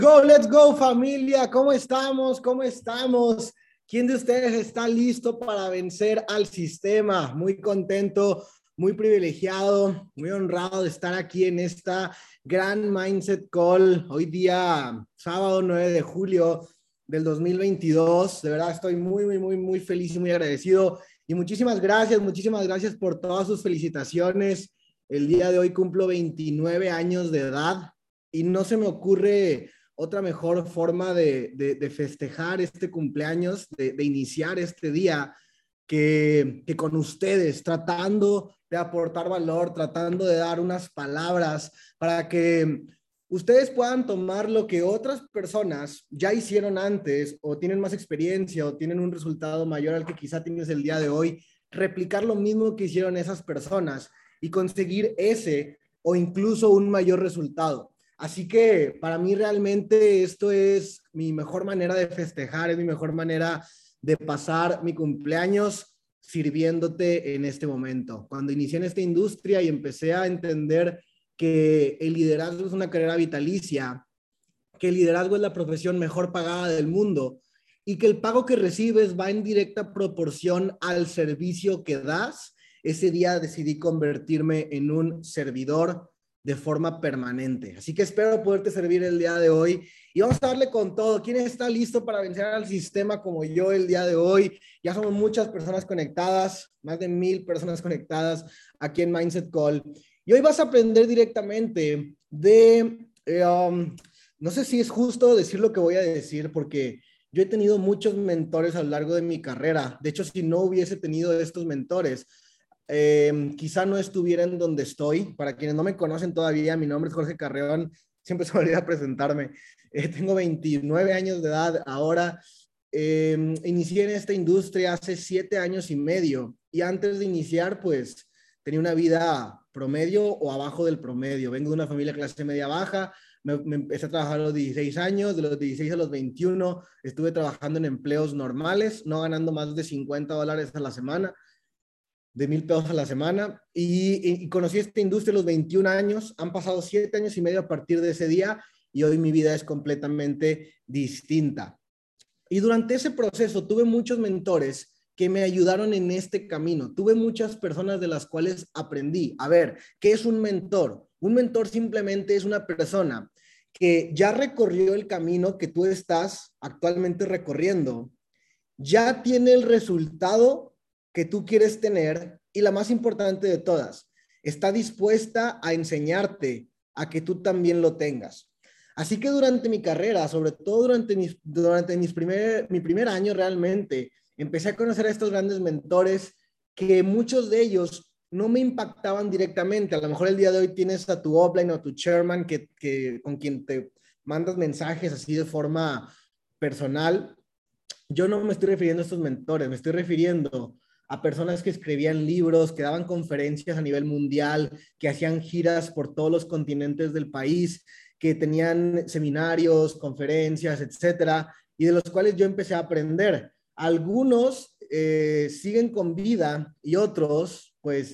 Let's go familia, ¿cómo estamos? ¿Cómo estamos? ¿Quién de ustedes está listo para vencer al sistema? Muy contento, muy privilegiado, muy honrado de estar aquí en esta gran Mindset Call. Hoy día, sábado 9 de julio del 2022. De verdad estoy muy feliz y muy agradecido. Y muchísimas gracias por todas sus felicitaciones. El día de hoy cumplo 29 años de edad y no se me ocurre otra mejor forma de festejar este cumpleaños, de iniciar este día que con ustedes, tratando de aportar valor, tratando de dar unas palabras para que ustedes puedan tomar lo que otras personas ya hicieron antes o tienen más experiencia o tienen un resultado mayor al que quizá tienes el día de hoy, replicar lo mismo que hicieron esas personas y conseguir ese o incluso un mayor resultado. Así que para mí realmente esto es mi mejor manera de festejar, es mi mejor manera de pasar mi cumpleaños sirviéndote en este momento. Cuando inicié en esta industria y empecé a entender que el liderazgo es una carrera vitalicia, que el liderazgo es la profesión mejor pagada del mundo y que el pago que recibes va en directa proporción al servicio que das, ese día decidí convertirme en un servidor de forma permanente. Así que espero poderte servir el día de hoy y vamos a darle con todo. ¿Quién está listo para vencer al sistema como yo el día de hoy? Ya somos muchas personas conectadas, más de 1000 personas conectadas aquí en Mindset Call. Y hoy vas a aprender directamente no sé si es justo decir lo que voy a decir porque yo he tenido muchos mentores a lo largo de mi carrera. De hecho, si no hubiese tenido estos mentores, quizá no estuviera en donde estoy. Para quienes no me conocen todavía, mi nombre es Jorge Carreón. Siempre se me olvida presentarme. Tengo 29 años de edad ahora. Inicié en esta industria hace 7 años y medio. Y antes de iniciar, pues tenía una vida promedio o abajo del promedio. Vengo de una familia clase media baja. Me empecé a trabajar a los 16 años, de los 16 a los 21 estuve trabajando en empleos normales, no ganando más de $50 a la semana, de $1000 a la semana, y conocí esta industria a los 21 años, han pasado 7 años y medio a partir de ese día, y hoy mi vida es completamente distinta. Y durante ese proceso tuve muchos mentores que me ayudaron en este camino. Tuve muchas personas de las cuales aprendí. A ver, ¿qué es un mentor? Un mentor simplemente es una persona que ya recorrió el camino que tú estás actualmente recorriendo, ya tiene el resultado que tú quieres tener y la más importante de todas, está dispuesta a enseñarte a que tú también lo tengas. Así que durante mi carrera, sobre todo mi primer año realmente, empecé a conocer a estos grandes mentores que muchos de ellos no me impactaban directamente. A lo mejor el día de hoy tienes a tu offline o a tu chairman con quien te mandas mensajes así de forma personal. Yo no me estoy refiriendo a estos mentores, me estoy refiriendo a personas que escribían libros, que daban conferencias a nivel mundial, que hacían giras por todos los continentes del país, que tenían seminarios, conferencias, etcétera, y de los cuales yo empecé a aprender. Algunos siguen con vida y otros pues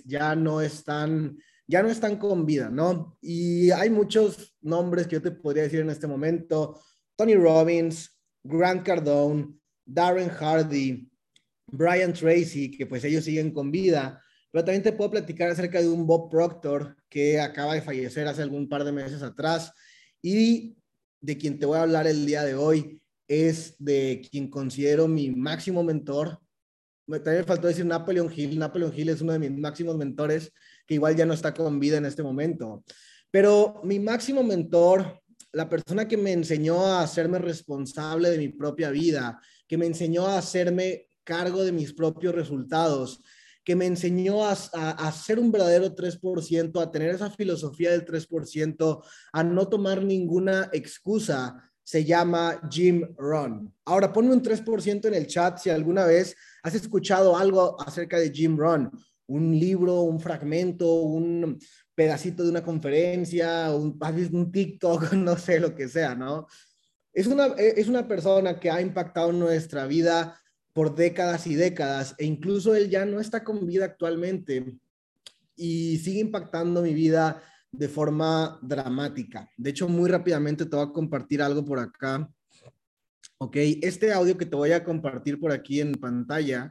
ya no están con vida, ¿no? Y hay muchos nombres que yo te podría decir en este momento: Tony Robbins, Grant Cardone, Darren Hardy, Brian Tracy, que pues ellos siguen con vida, pero también te puedo platicar acerca de un Bob Proctor que acaba de fallecer hace algún par de meses atrás, y de quien te voy a hablar el día de hoy es de quien considero mi máximo mentor. También me faltó decir Napoleon Hill. Napoleon Hill es uno de mis máximos mentores, que igual ya no está con vida en este momento. Pero mi máximo mentor, la persona que me enseñó a hacerme responsable de mi propia vida, que me enseñó a hacerme cargo de mis propios resultados, que me enseñó a ser un verdadero 3%, a tener esa filosofía del 3%, a no tomar ninguna excusa, se llama Jim Rohn. Ahora, ponme un 3% en el chat si alguna vez has escuchado algo acerca de Jim Rohn, un libro, un fragmento, un pedacito de una conferencia, has visto un TikTok, no sé, lo que sea, ¿no? Es una persona que ha impactado nuestra vida por décadas y décadas, e incluso él ya no está con vida actualmente y sigue impactando mi vida de forma dramática. De hecho, muy rápidamente te voy a compartir algo por acá. Ok, este audio que te voy a compartir por aquí en pantalla,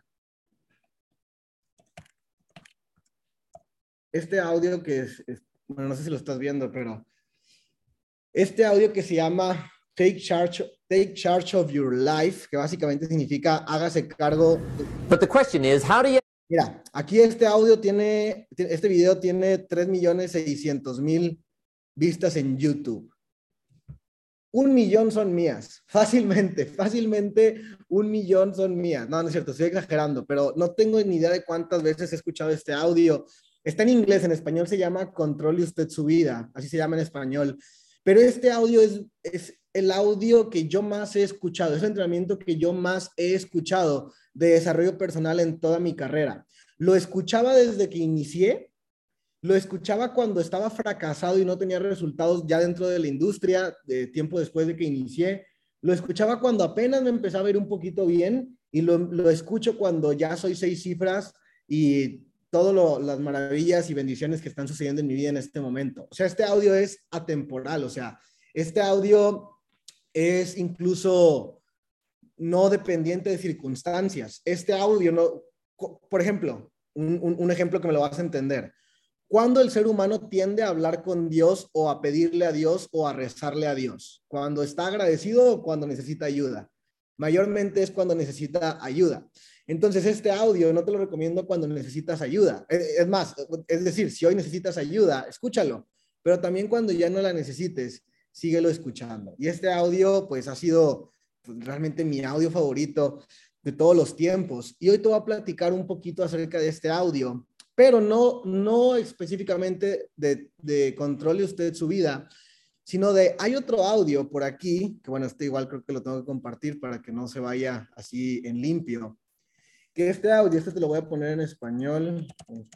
este audio que bueno, no sé si lo estás viendo, pero este audio que se llama Take Charge of Your Life, que básicamente significa hágase cargo. But the question is, how do you... Mira, aquí este video tiene 3.600.000 vistas en YouTube. 1.000.000 son mías, fácilmente, 1.000.000 son mías. No, no es cierto, estoy exagerando, pero no tengo ni idea de cuántas veces he escuchado este audio. Está en inglés, en español se llama Controle usted su vida, así se llama en español. Pero este audio es el audio que yo más he escuchado, es el entrenamiento que yo más he escuchado de desarrollo personal en toda mi carrera. Lo escuchaba desde que inicié, lo escuchaba cuando estaba fracasado y no tenía resultados ya dentro de la industria, de tiempo después de que inicié. Lo escuchaba cuando apenas me empezaba a ir un poquito bien y lo escucho cuando ya soy 6 cifras y todas las maravillas y bendiciones que están sucediendo en mi vida en este momento. O sea, este audio es atemporal, o sea, este audio es incluso no dependiente de circunstancias. Este audio no, por ejemplo, un ejemplo que me lo vas a entender. ¿Cuándo el ser humano tiende a hablar con Dios o a pedirle a Dios o a rezarle a Dios? ¿Cuando está agradecido o cuando necesita ayuda? Mayormente es cuando necesita ayuda. Entonces, este audio no te lo recomiendo cuando necesitas ayuda. Es más, es decir, si hoy necesitas ayuda, escúchalo, pero también cuando ya no la necesites, síguelo escuchando. Y este audio, pues, ha sido realmente mi audio favorito de todos los tiempos. Y hoy te voy a platicar un poquito acerca de este audio, pero no específicamente de controle usted su vida, sino hay otro audio por aquí, que bueno, este igual creo que lo tengo que compartir para que no se vaya así en limpio, que este audio, este te lo voy a poner en español,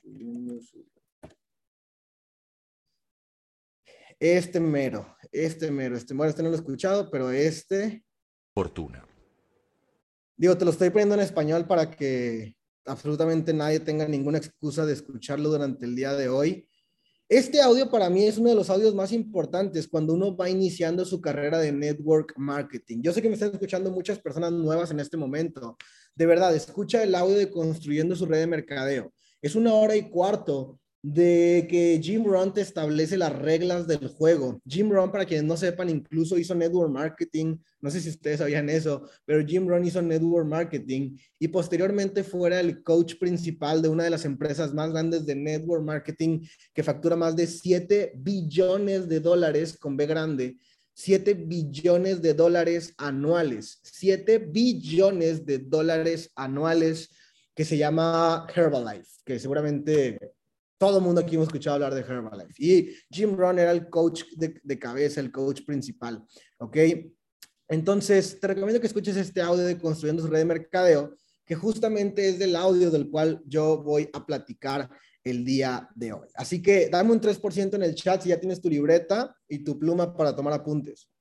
bueno, este no lo he escuchado, pero Fortuna. Digo, te lo estoy poniendo en español para que absolutamente nadie tenga ninguna excusa de escucharlo durante el día de hoy. Este audio para mí es uno de los audios más importantes cuando uno va iniciando su carrera de network marketing. Yo sé que me están escuchando muchas personas nuevas en este momento. De verdad, escucha el audio de Construyendo su red de mercadeo. Es 1 hora y cuarto de que Jim Rohn te establece las reglas del juego. Jim Rohn, para quienes no sepan, incluso hizo network marketing. No sé si ustedes sabían eso, pero Jim Rohn hizo network marketing y posteriormente fuera el coach principal de una de las empresas más grandes de network marketing que factura más de 7 billones de dólares con B grande. 7 billones de dólares anuales. 7 billones de dólares anuales, que se llama Herbalife, que seguramente todo el mundo aquí hemos escuchado hablar de Herbalife. Y Jim Rohn era el coach de cabeza, el coach principal, ¿ok? Entonces, te recomiendo que escuches este audio de Construyendo su red de mercadeo, que justamente es del audio del cual yo voy a platicar el día de hoy. Así que dame un 3% en el chat si ya tienes tu libreta y tu pluma para tomar apuntes.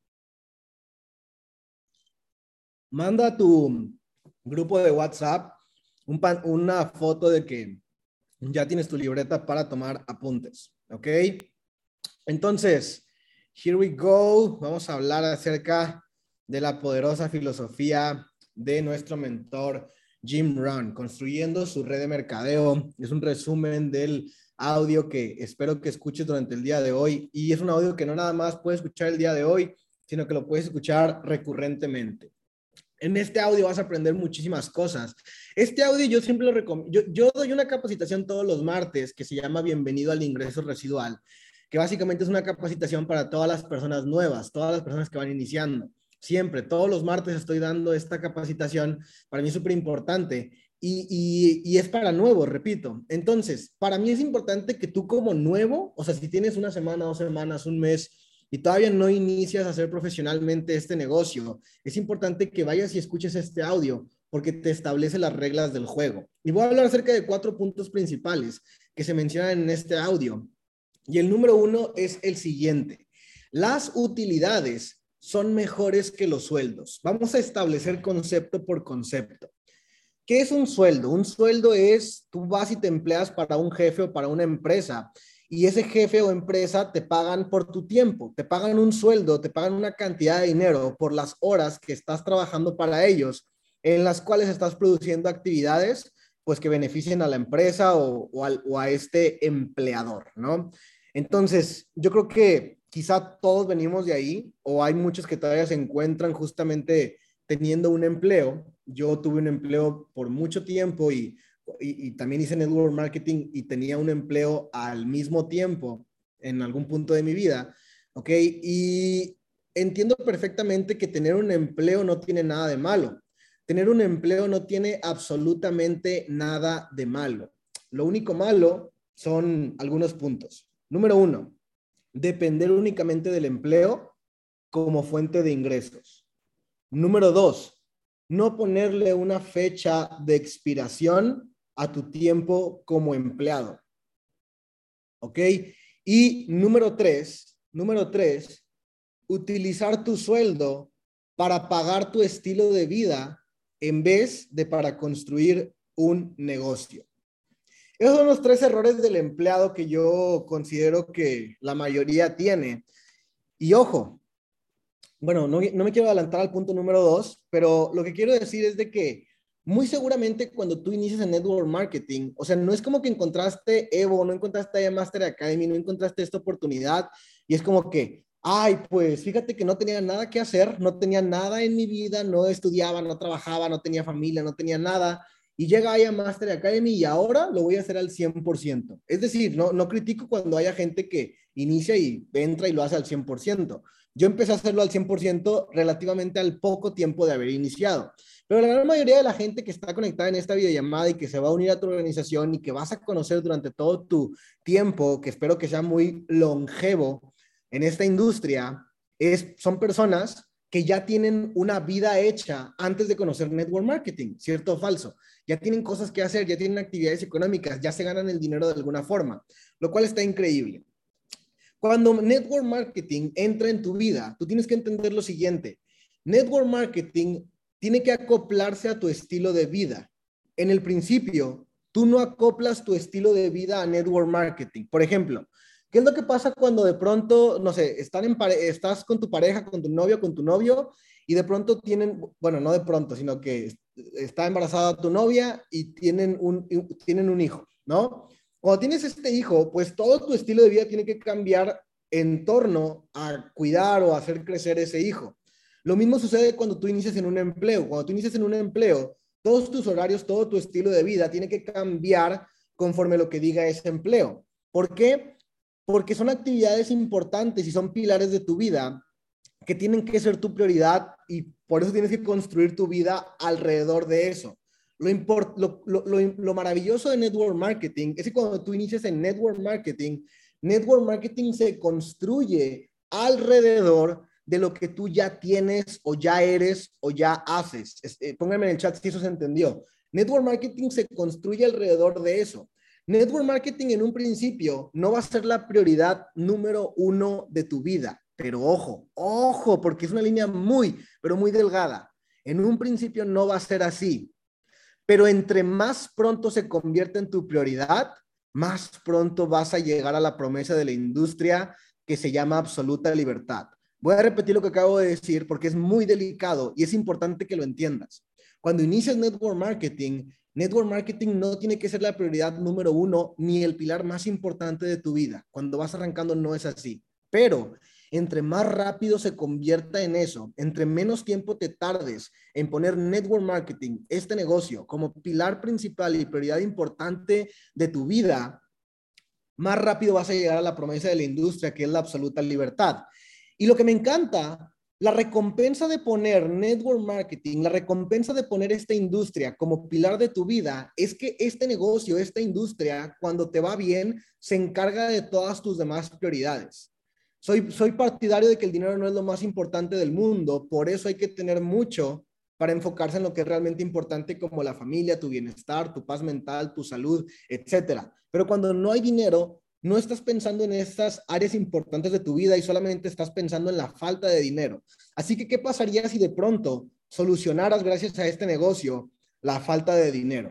Manda a tu grupo de WhatsApp una foto de que ya tienes tu libreta para tomar apuntes, ¿ok? Entonces, here we go. Vamos a hablar acerca de la poderosa filosofía de nuestro mentor Jim Rohn, Construyendo su red de mercadeo. Es un resumen del audio que espero que escuches durante el día de hoy, y es un audio que no nada más puedes escuchar el día de hoy, sino que lo puedes escuchar recurrentemente. En este audio vas a aprender muchísimas cosas. Este audio yo siempre lo recomiendo. Yo doy una capacitación todos los martes que se llama Bienvenido al Ingreso Residual, que básicamente es una capacitación para todas las personas nuevas, todas las personas que van iniciando. Siempre, todos los martes estoy dando esta capacitación. Para mí es súper importante y es para nuevos, repito. Entonces, para mí es importante que tú como nuevo, o sea, si tienes una semana, 2 semanas, un mes y todavía no inicias a hacer profesionalmente este negocio, es importante que vayas y escuches este audio porque te establece las reglas del juego. Y voy a hablar acerca de 4 puntos principales que se mencionan en este audio. Y el número 1 es el siguiente: las utilidades son mejores que los sueldos. Vamos a establecer concepto por concepto. ¿Qué es un sueldo? Un sueldo es, tú vas y te empleas para un jefe o para una empresa y ese jefe o empresa te pagan por tu tiempo, te pagan un sueldo, te pagan una cantidad de dinero por las horas que estás trabajando para ellos, en las cuales estás produciendo actividades pues que beneficien a la empresa o a este empleador, ¿no? Entonces, yo creo que quizá todos venimos de ahí o hay muchos que todavía se encuentran justamente teniendo un empleo. Yo tuve un empleo por mucho tiempo y también hice network marketing y tenía un empleo al mismo tiempo en algún punto de mi vida, ¿ok? Y entiendo perfectamente que tener un empleo no tiene nada de malo. Tener un empleo no tiene absolutamente nada de malo. Lo único malo son algunos puntos. Número uno, depender únicamente del empleo como fuente de ingresos. Número dos, no ponerle una fecha de expiración a tu tiempo como empleado. ¿Ok? Y número tres, utilizar tu sueldo para pagar tu estilo de vida en vez de para construir un negocio. Esos son los tres errores del empleado que yo considero que la mayoría tiene. Y ojo, bueno, no me quiero adelantar al punto número dos, pero lo que quiero decir es de que muy seguramente cuando tú inicias en network marketing, o sea, no es como que encontraste Evo, no encontraste Master Academy, no encontraste esta oportunidad y es como que, ay, pues fíjate que no tenía nada que hacer, no tenía nada en mi vida, no estudiaba, no trabajaba, no tenía familia, no tenía nada. Y llega ahí a Master Academy y ahora lo voy a hacer al 100%. Es decir, no critico cuando haya gente que inicia y entra y lo hace al 100%. Yo empecé a hacerlo al 100% relativamente al poco tiempo de haber iniciado. Pero la gran mayoría de la gente que está conectada en esta videollamada y que se va a unir a tu organización y que vas a conocer durante todo tu tiempo, que espero que sea muy longevo en esta industria, son personas que ya tienen una vida hecha antes de conocer network marketing, ¿cierto o falso? Ya tienen cosas que hacer, ya tienen actividades económicas, ya se ganan el dinero de alguna forma, lo cual está increíble. Cuando network marketing entra en tu vida, tú tienes que entender lo siguiente. Network marketing tiene que acoplarse a tu estilo de vida. En el principio, tú no acoplas tu estilo de vida a network marketing. Por ejemplo, ¿qué es lo que pasa cuando de pronto, no sé, estás con tu pareja, con tu novio, y de pronto tienen, bueno, no de pronto, sino que está embarazada tu novia y tienen un hijo, ¿no? Cuando tienes este hijo, pues todo tu estilo de vida tiene que cambiar en torno a cuidar o hacer crecer ese hijo. Lo mismo sucede cuando tú inicias en un empleo. Cuando tú inicias en un empleo, todos tus horarios, todo tu estilo de vida tiene que cambiar conforme lo que diga ese empleo. ¿Por qué? Porque son actividades importantes y son pilares de tu vida que tienen que ser tu prioridad y por eso tienes que construir tu vida alrededor de eso. Lo maravilloso de network marketing es que cuando tú inicias en network marketing se construye alrededor de lo que tú ya tienes o ya eres o ya haces. Pónganme en el chat si eso se entendió. Network marketing se construye alrededor de eso. Network marketing en un principio no va a ser la prioridad número uno de tu vida, pero ojo, porque es una línea pero muy delgada. En un principio no va a ser así. Pero entre más pronto se convierte en tu prioridad, más pronto vas a llegar a la promesa de la industria que se llama absoluta libertad. Voy a repetir lo que acabo de decir porque es muy delicado y es importante que lo entiendas. Cuando inicias network marketing no tiene que ser la prioridad número uno ni el pilar más importante de tu vida. Cuando vas arrancando no es así. Pero entre más rápido se convierta en eso, entre menos tiempo te tardes en poner network marketing, este negocio, como pilar principal y prioridad importante de tu vida, más rápido vas a llegar a la promesa de la industria, que es la absoluta libertad. Y lo que me encanta, la recompensa de poner network marketing, la recompensa de poner esta industria como pilar de tu vida, es que este negocio, esta industria, cuando te va bien, se encarga de todas tus demás prioridades. Soy partidario de que el dinero no es lo más importante del mundo, por eso hay que tener mucho para enfocarse en lo que es realmente importante como la familia, tu bienestar, tu paz mental, tu salud, etcétera. Pero cuando no hay dinero, no estás pensando en estas áreas importantes de tu vida y solamente estás pensando en la falta de dinero. Así que, ¿qué pasaría si de pronto solucionaras gracias a este negocio la falta de dinero?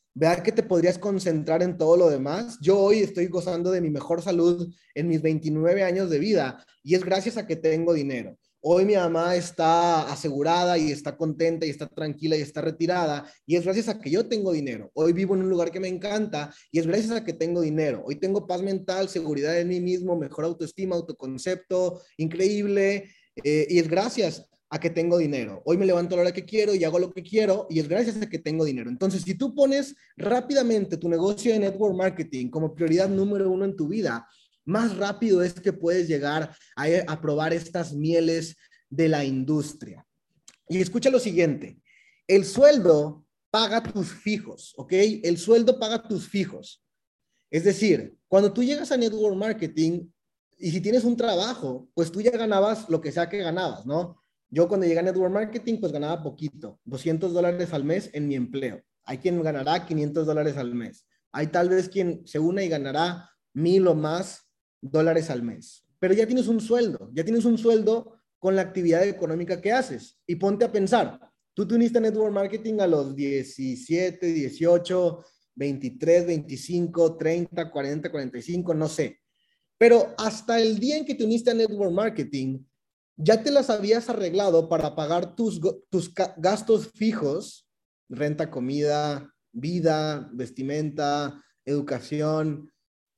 Vea que te podrías concentrar en todo lo demás. Yo hoy estoy gozando de mi mejor salud en mis 29 años de vida y es gracias a que tengo dinero. Hoy mi mamá está asegurada y está contenta y está tranquila y está retirada y es gracias a que yo tengo dinero. Hoy vivo en un lugar que me encanta y es gracias a que tengo dinero. Hoy tengo paz mental, seguridad en mí mismo, mejor autoestima, autoconcepto, increíble, y es gracias a que tengo dinero. Hoy me levanto a la hora que quiero y hago lo que quiero y es gracias a que tengo dinero. Entonces, si tú pones rápidamente tu negocio de network marketing como prioridad número uno en tu vida, más rápido es que puedes llegar a probar estas mieles de la industria. Y escucha lo siguiente, el sueldo paga tus fijos, ¿ok? El sueldo paga tus fijos. Es decir, cuando tú llegas a network marketing y si tienes un trabajo, pues tú ya ganabas lo que sea que ganabas, ¿no? Yo cuando llegué a network marketing, pues ganaba poquito, $200 al mes en mi empleo. Hay quien ganará $500 al mes. Hay tal vez quien se una y ganará 1,000 o más dólares al mes. Pero ya tienes un sueldo con la actividad económica que haces. Y ponte a pensar, tú te uniste a network marketing a los 17, 18, 23, 25, 30, 40, 45, no sé. Pero hasta el día en que te uniste a network marketing, ya te las habías arreglado para pagar tus gastos fijos, renta, comida, vida, vestimenta, educación,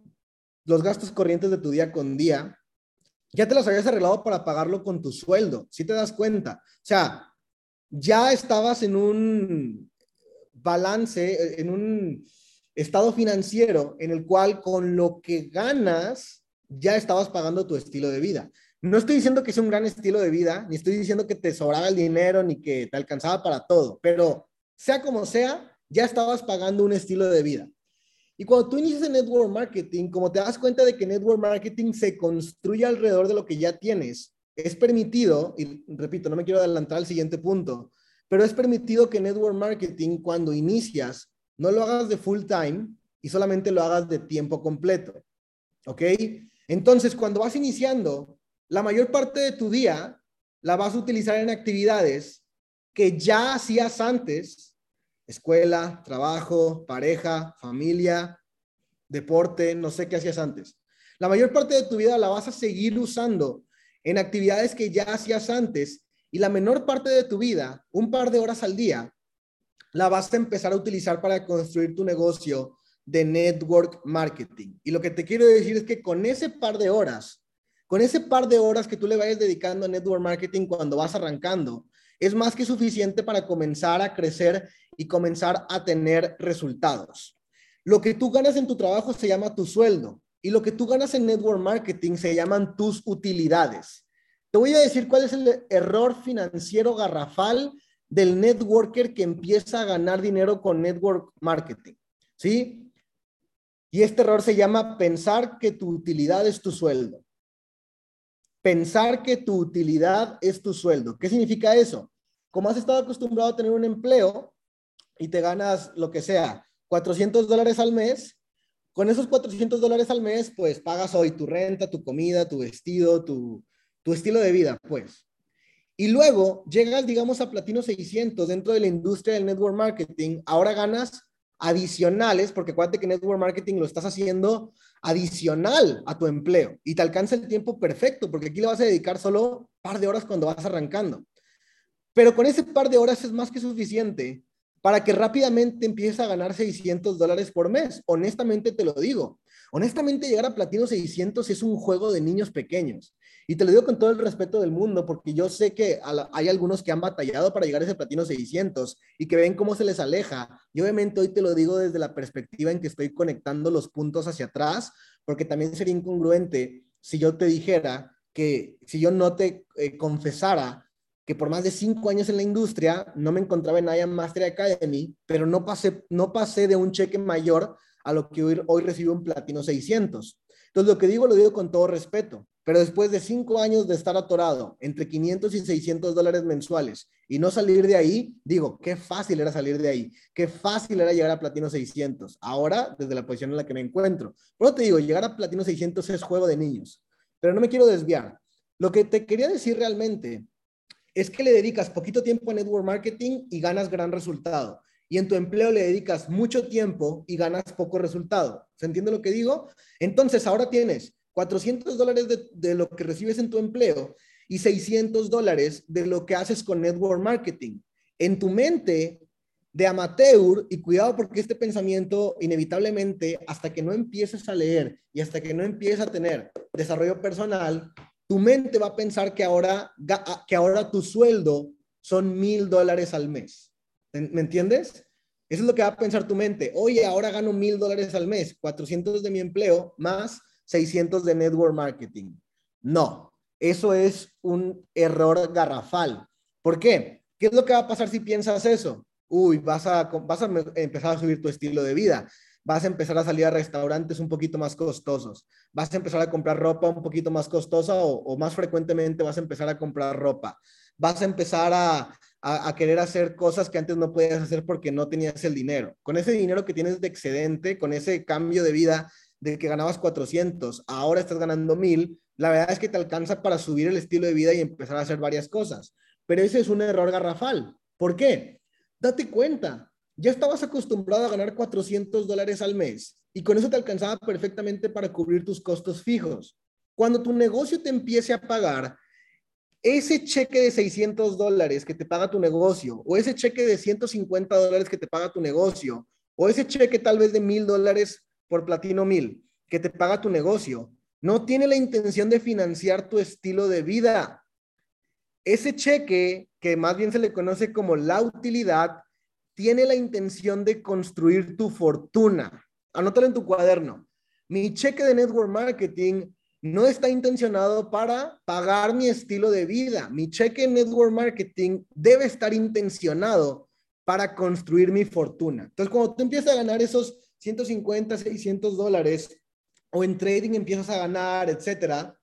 los gastos corrientes de tu día con día, ya te las habías arreglado para pagarlo con tu sueldo, ¿sí te das cuenta? O sea, ya estabas en un balance, en un estado financiero en el cual con lo que ganas ya estabas pagando tu estilo de vida. No estoy diciendo que sea un gran estilo de vida, ni estoy diciendo que te sobraba el dinero, ni que te alcanzaba para todo, pero sea como sea, ya estabas pagando un estilo de vida. Y cuando tú inicias en network marketing, como te das cuenta de que network marketing se construye alrededor de lo que ya tienes, es permitido, y repito, no me quiero adelantar al siguiente punto, pero es permitido que network marketing cuando inicias no lo hagas de full time y solamente lo hagas de tiempo completo. ¿Ok? Entonces, cuando vas iniciando, la mayor parte de tu día la vas a utilizar en actividades que ya hacías antes: escuela, trabajo, pareja, familia, deporte, no sé qué hacías antes. La mayor parte de tu vida la vas a seguir usando en actividades que ya hacías antes y la menor parte de tu vida, un par de horas al día, la vas a empezar a utilizar para construir tu negocio de network marketing. Y lo que te quiero decir es que con ese par de horas, que tú le vayas dedicando a network marketing cuando vas arrancando, es más que suficiente para comenzar a crecer y comenzar a tener resultados. Lo que tú ganas en tu trabajo se llama tu sueldo y lo que tú ganas en network marketing se llaman tus utilidades. Te voy a decir cuál es el error financiero garrafal del networker que empieza a ganar dinero con network marketing, ¿sí? Y este error se llama pensar que tu utilidad es tu sueldo. Pensar que tu utilidad es tu sueldo. ¿Qué significa eso? Como has estado acostumbrado a tener un empleo y te ganas lo que sea, $400 al mes, con esos $400 al mes, pues pagas hoy tu renta, tu comida, tu vestido, tu estilo de vida, pues. Y luego llegas, digamos, a Platino 600 dentro de la industria del network marketing. Ahora ganas adicionales, porque acuérdate que network marketing lo estás haciendo adicional a tu empleo y te alcanza el tiempo perfecto, porque aquí le vas a dedicar solo un par de horas cuando vas arrancando. Pero con ese par de horas es más que suficiente para que rápidamente empieces a ganar $600 por mes. Honestamente te lo digo. Honestamente, llegar a Platino 600 es un juego de niños pequeños. Y te lo digo con todo el respeto del mundo, porque yo sé que hay algunos que han batallado para llegar a ese Platino 600 y que ven cómo se les aleja. Y obviamente hoy te lo digo desde la perspectiva en que estoy conectando los puntos hacia atrás, porque también sería incongruente si yo te dijera que si yo no te confesara que por más de 5 años en la industria no me encontraba en IAM Mastery Academy, pero no pasé de un cheque mayor a lo que hoy recibo un Platino 600. Entonces, lo que digo, lo digo con todo respeto, pero después de 5 años de estar atorado entre $500 y $600 mensuales y no salir de ahí, digo, qué fácil era salir de ahí, qué fácil era llegar a Platino 600. Ahora, desde la posición en la que me encuentro. Pero te digo, llegar a Platino 600 es juego de niños, pero no me quiero desviar. Lo que te quería decir realmente es que le dedicas poquito tiempo a network marketing y ganas gran resultado. y en tu empleo le dedicas mucho tiempo y ganas poco resultado. ¿Se entiende lo que digo? Entonces ahora tienes $400 de lo que recibes en tu empleo y $600 de lo que haces con network marketing. En tu mente de amateur, y cuidado porque este pensamiento inevitablemente, hasta que no empieces a leer y hasta que no empieces a tener desarrollo personal, tu mente va a pensar que ahora tu sueldo son $1,000 al mes. ¿Me entiendes? Eso es lo que va a pensar tu mente. Oye, ahora gano $1,000 al mes, 400 de mi empleo más 600 de network marketing. No, eso es un error garrafal. ¿Por qué? ¿Qué es lo que va a pasar si piensas eso? Uy, vas a empezar a subir tu estilo de vida. Vas a empezar a salir a restaurantes un poquito más costosos. Vas a empezar a comprar ropa un poquito más costosa o más frecuentemente vas a empezar a comprar ropa. Vas a empezar a querer hacer cosas que antes no podías hacer porque no tenías el dinero. Con ese dinero que tienes de excedente, con ese cambio de vida de que ganabas 400, ahora estás ganando 1,000, la verdad es que te alcanza para subir el estilo de vida y empezar a hacer varias cosas. Pero ese es un error garrafal. ¿Por qué? Date cuenta, ya estabas acostumbrado a ganar $400 al mes y con eso te alcanzaba perfectamente para cubrir tus costos fijos. Cuando tu negocio te empiece a pagar ese cheque de $600 que te paga tu negocio, o ese cheque de $150 que te paga tu negocio, o ese cheque tal vez de $1,000 por Platino 1,000 que te paga tu negocio, no tiene la intención de financiar tu estilo de vida. Ese cheque, que más bien se le conoce como la utilidad, tiene la intención de construir tu fortuna. Anótalo en tu cuaderno. Mi cheque de network marketing no está intencionado para pagar mi estilo de vida. Mi cheque en network marketing debe estar intencionado para construir mi fortuna. Entonces, cuando tú empiezas a ganar esos 150, $600, o en trading empiezas a ganar, etcétera,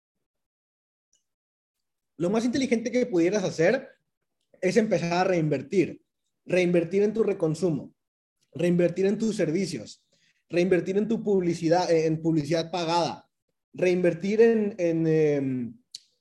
lo más inteligente que pudieras hacer es empezar a reinvertir. Reinvertir en tu reconsumo, reinvertir en tus servicios, reinvertir en tu publicidad, en publicidad pagada, reinvertir en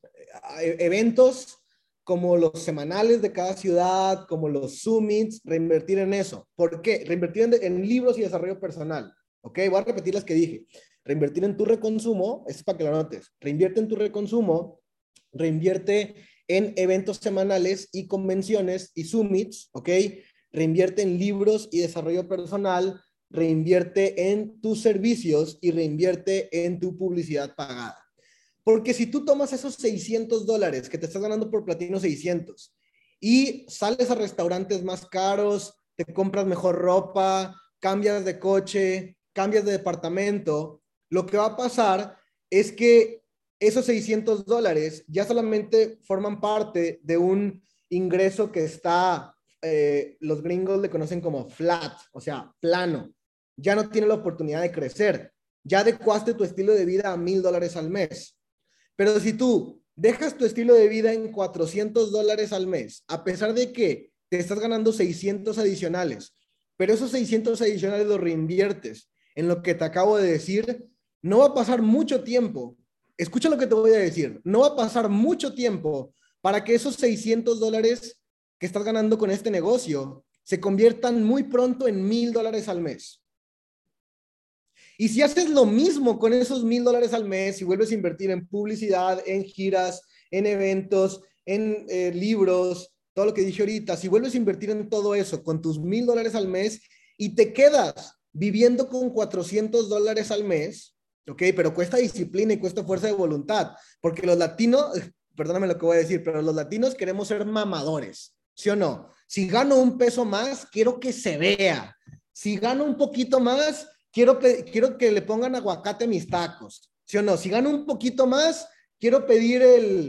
eventos como los semanales de cada ciudad, como los summits, reinvertir en eso. ¿Por qué? Reinvertir en libros y desarrollo personal. ¿Ok? Voy a repetir las que dije. Reinvertir en tu reconsumo, eso es para que lo notes. Reinvierte en tu reconsumo, reinvierte en eventos semanales y convenciones y summits, ¿ok? Reinvierte en libros y desarrollo personal, reinvierte en tus servicios y reinvierte en tu publicidad pagada. Porque si tú tomas esos $600 que te estás ganando por Platino 600 y sales a restaurantes más caros, te compras mejor ropa, cambias de coche, cambias de departamento, lo que va a pasar es que esos $600 ya solamente forman parte de un ingreso que está, los gringos le conocen como flat, o sea, plano. Ya no tiene la oportunidad de crecer. Ya adecuaste tu estilo de vida a $1,000 al mes. Pero si tú dejas tu estilo de vida en $400 al mes, a pesar de que te estás ganando 600 adicionales, pero esos 600 adicionales los reinviertes en lo que te acabo de decir, no va a pasar mucho tiempo. Escucha lo que te voy a decir. No va a pasar mucho tiempo para que esos $600 que estás ganando con este negocio se conviertan muy pronto en $1,000 al mes. Y si haces lo mismo con esos $1,000 al mes y vuelves a invertir en publicidad, en giras, en eventos, en libros, todo lo que dije ahorita, si vuelves a invertir en todo eso con tus $1,000 al mes y te quedas viviendo con $400 al mes, ¿ok? Pero cuesta disciplina y cuesta fuerza de voluntad, porque los latinos, perdóname lo que voy a decir, pero los latinos queremos ser mamadores, ¿sí o no? Si gano un peso más, quiero que se vea. Si gano un poquito más, quiero que le pongan aguacate a mis tacos, ¿sí o no? Si gano un poquito más, quiero pedir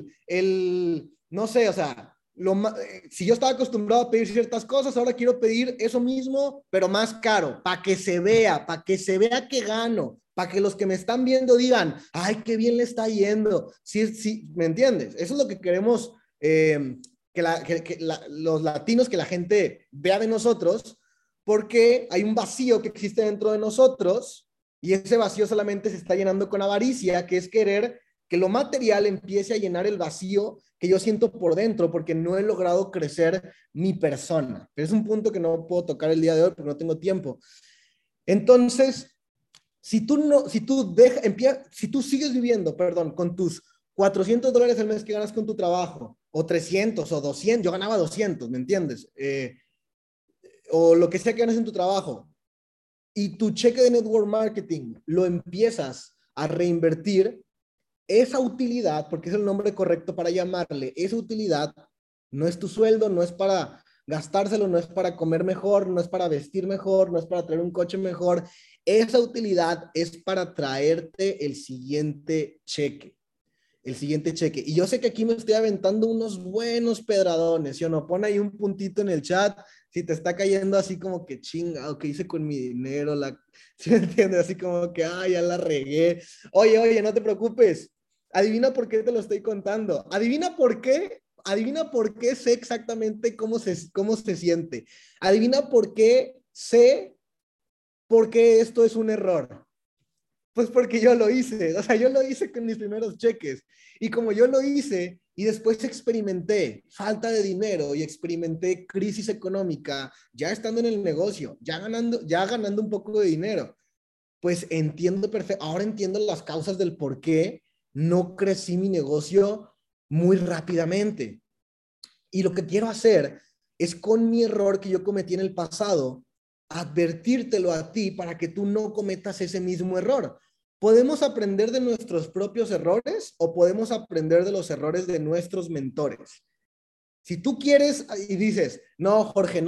no sé, o sea, si yo estaba acostumbrado a pedir ciertas cosas, ahora quiero pedir eso mismo, pero más caro, para que se vea que gano, para que los que me están viendo digan, ay, qué bien le está yendo. Sí, sí, ¿me entiendes? Eso es lo que queremos, los latinos, que la gente vea de nosotros, porque hay un vacío que existe dentro de nosotros y ese vacío solamente se está llenando con avaricia, que es querer que lo material empiece a llenar el vacío que yo siento por dentro porque no he logrado crecer mi persona. Pero es un punto que no puedo tocar el día de hoy porque no tengo tiempo. Entonces, si tú sigues viviendo, perdón, con tus $400 al mes que ganas con tu trabajo, o 300 o 200, yo ganaba 200, ¿me entiendes? O lo que sea que ganes en tu trabajo, y tu cheque de network marketing lo empiezas a reinvertir, esa utilidad, porque es el nombre correcto para llamarle, esa utilidad no es tu sueldo, no es para gastárselo, no es para comer mejor, no es para vestir mejor, no es para traer un coche mejor. Esa utilidad es para traerte el siguiente cheque. El siguiente cheque. Y yo sé que aquí me estoy aventando unos buenos pedradones, ¿sí o no? Pon ahí un puntito en el chat si te está cayendo así como que chinga, ¿qué hice con mi dinero? ¿Sí me entiendes? Así como que, ya la regué. Oye, no te preocupes. Adivina por qué te lo estoy contando. Adivina por qué sé exactamente cómo se siente. Adivina por qué sé por qué esto es un error. Pues porque yo lo hice, o sea, yo lo hice con mis primeros cheques. Y como yo lo hice y después experimenté falta de dinero y experimenté crisis económica, ya estando en el negocio, ya ganando un poco de dinero, pues entiendo perfecto, ahora entiendo las causas del por qué no crecí mi negocio muy rápidamente. Y lo que quiero hacer es con mi error que yo cometí en el pasado, advertírtelo a ti para que tú no cometas ese mismo error. Podemos aprender de nuestros propios errores o podemos aprender de los errores de nuestros mentores. Si tú quieres y dices, no, Jorge,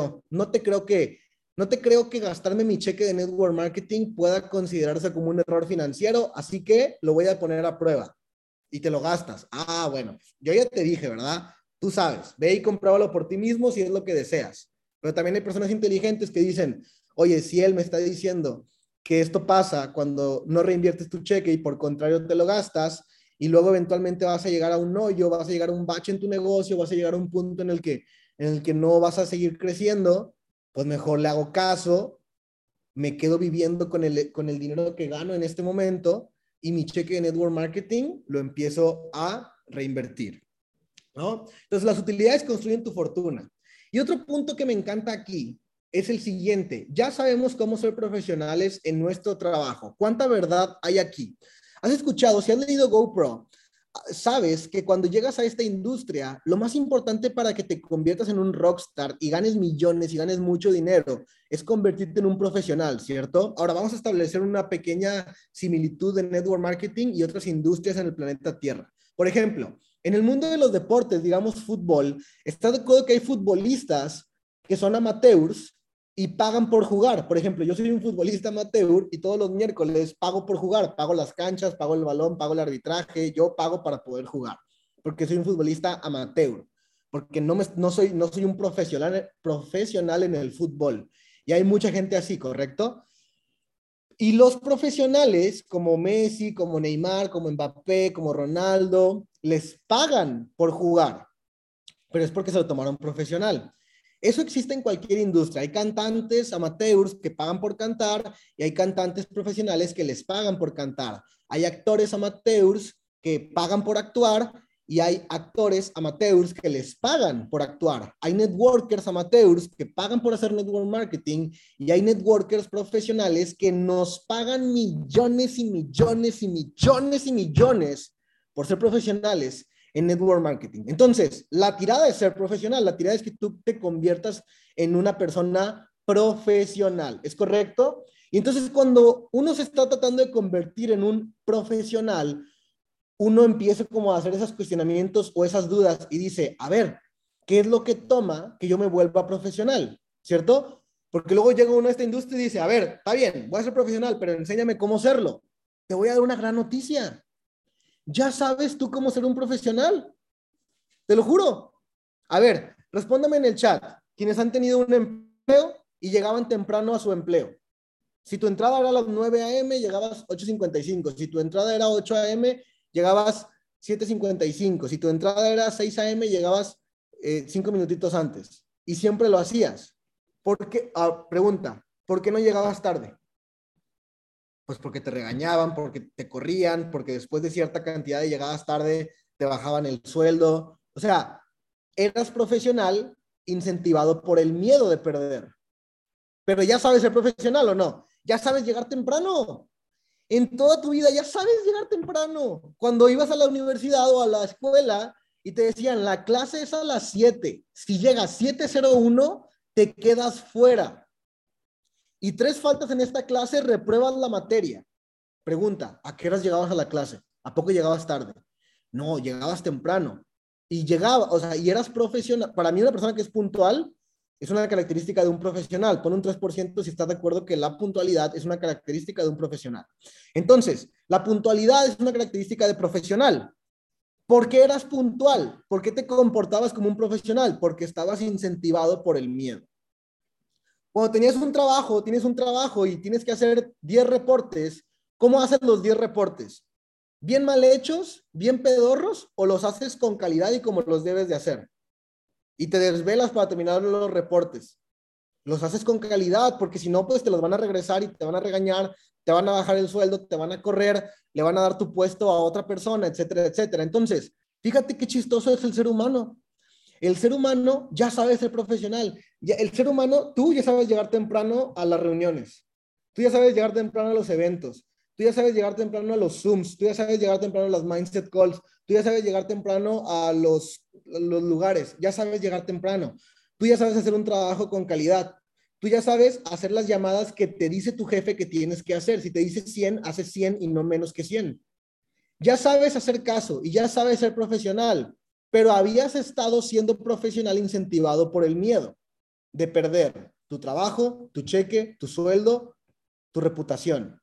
no te creo que gastarme mi cheque de network marketing pueda considerarse como un error financiero, así que lo voy a poner a prueba y te lo gastas. Bueno, yo ya te dije, ¿verdad? Tú sabes, ve y compruébalo por ti mismo si es lo que deseas. Pero también hay personas inteligentes que dicen, oye, si él me está diciendo que esto pasa cuando no reinviertes tu cheque y por contrario te lo gastas y luego eventualmente vas a llegar a un hoyo, vas a llegar a un bache en tu negocio, vas a llegar a un punto en el que no vas a seguir creciendo, pues mejor le hago caso, me quedo viviendo con el dinero que gano en este momento y mi cheque de network marketing lo empiezo a reinvertir, ¿no? Entonces, las utilidades construyen tu fortuna. Y otro punto que me encanta aquí es el siguiente. Ya sabemos cómo ser profesionales en nuestro trabajo. ¿Cuánta verdad hay aquí? ¿Has escuchado, si has leído GoPro, sabes que cuando llegas a esta industria, lo más importante para que te conviertas en un rockstar y ganes millones y ganes mucho dinero es convertirte en un profesional, ¿cierto? Ahora vamos a establecer una pequeña similitud de network marketing y otras industrias en el planeta Tierra. Por ejemplo, en el mundo de los deportes, digamos fútbol, ¿estás de acuerdo que hay futbolistas que son amateurs y pagan por jugar? Por ejemplo, yo soy un futbolista amateur y todos los miércoles pago por jugar, pago las canchas, pago el balón, pago el arbitraje, yo pago para poder jugar, porque soy un futbolista amateur, porque no soy un profesional en el fútbol. Y hay mucha gente así, ¿correcto? Y los profesionales, como Messi, como Neymar, como Mbappé, como Ronaldo, les pagan por jugar, pero es porque se lo tomaron profesional. Eso existe en cualquier industria. Hay cantantes amateurs que pagan por cantar y hay cantantes profesionales que les pagan por cantar. Hay actores amateurs que pagan por actuar y hay actores amateurs que les pagan por actuar. Hay networkers amateurs que pagan por hacer network marketing y hay networkers profesionales que nos pagan millones y millones y millones y millones por ser profesionales en network marketing. Entonces, la tirada es ser profesional, la tirada es que tú te conviertas en una persona profesional, ¿es correcto? Y entonces cuando uno se está tratando de convertir en un profesional, uno empieza como a hacer esos cuestionamientos o esas dudas y dice, a ver, ¿qué es lo que toma que yo me vuelva profesional? ¿Cierto? Porque luego llega uno a esta industria y dice, a ver, está bien, voy a ser profesional, pero enséñame cómo serlo. Te voy a dar una gran noticia. ¿Ya sabes tú cómo ser un profesional? Te lo juro. A ver, respóndame en el chat. Quienes han tenido un empleo y llegaban temprano a su empleo. Si tu entrada era a las 9 a.m., llegabas 8:55. Si tu entrada era 8 a.m., llegabas 7:55. Si tu entrada era 6 a.m., llegabas 5 minutitos antes. Y siempre lo hacías. ¿Por qué? Pregunta, ¿por qué no llegabas tarde? Pues porque te regañaban, porque te corrían, porque después de cierta cantidad de llegadas tarde te bajaban el sueldo. O sea, eras profesional incentivado por el miedo de perder. Pero ya sabes ser profesional o no. Ya sabes llegar temprano. En toda tu vida ya sabes llegar temprano. Cuando ibas a la universidad o a la escuela y te decían, la clase es a las 7. Si llegas 7:01, te quedas fuera. Y 3 faltas en esta clase, repruebas la materia. Pregunta, ¿a qué horas llegabas a la clase? ¿A poco llegabas tarde? No, llegabas temprano. Y llegaba, o sea, y eras profesional. Para mí una persona que es puntual es una característica de un profesional. Pon un 3% si estás de acuerdo que la puntualidad es una característica de un profesional. Entonces, la puntualidad es una característica de profesional. ¿Por qué eras puntual? ¿Por qué te comportabas como un profesional? Porque estabas incentivado por el miedo. Cuando tienes un trabajo y tienes que hacer 10 reportes, ¿cómo haces los 10 reportes? ¿Bien mal hechos, bien pedorros o los haces con calidad y como los debes de hacer? Y te desvelas para terminar los reportes. Los haces con calidad porque si no, pues te los van a regresar y te van a regañar, te van a bajar el sueldo, te van a correr, le van a dar tu puesto a otra persona, etcétera, etcétera. Entonces, fíjate qué chistoso es el ser humano. El ser humano ya sabe ser profesional. El ser humano, tú ya sabes llegar temprano a las reuniones. Tú ya sabes llegar temprano a los eventos. Tú ya sabes llegar temprano a los Zooms. Tú ya sabes llegar temprano a las mindset calls. Tú ya sabes llegar temprano a los lugares. Ya sabes llegar temprano. Tú ya sabes hacer un trabajo con calidad. Tú ya sabes hacer las llamadas que te dice tu jefe que tienes que hacer. Si te dice 100, haces 100 y no menos que 100. Ya sabes hacer caso y ya sabes ser profesional, pero habías estado siendo profesional incentivado por el miedo de perder tu trabajo, tu cheque, tu sueldo, tu reputación.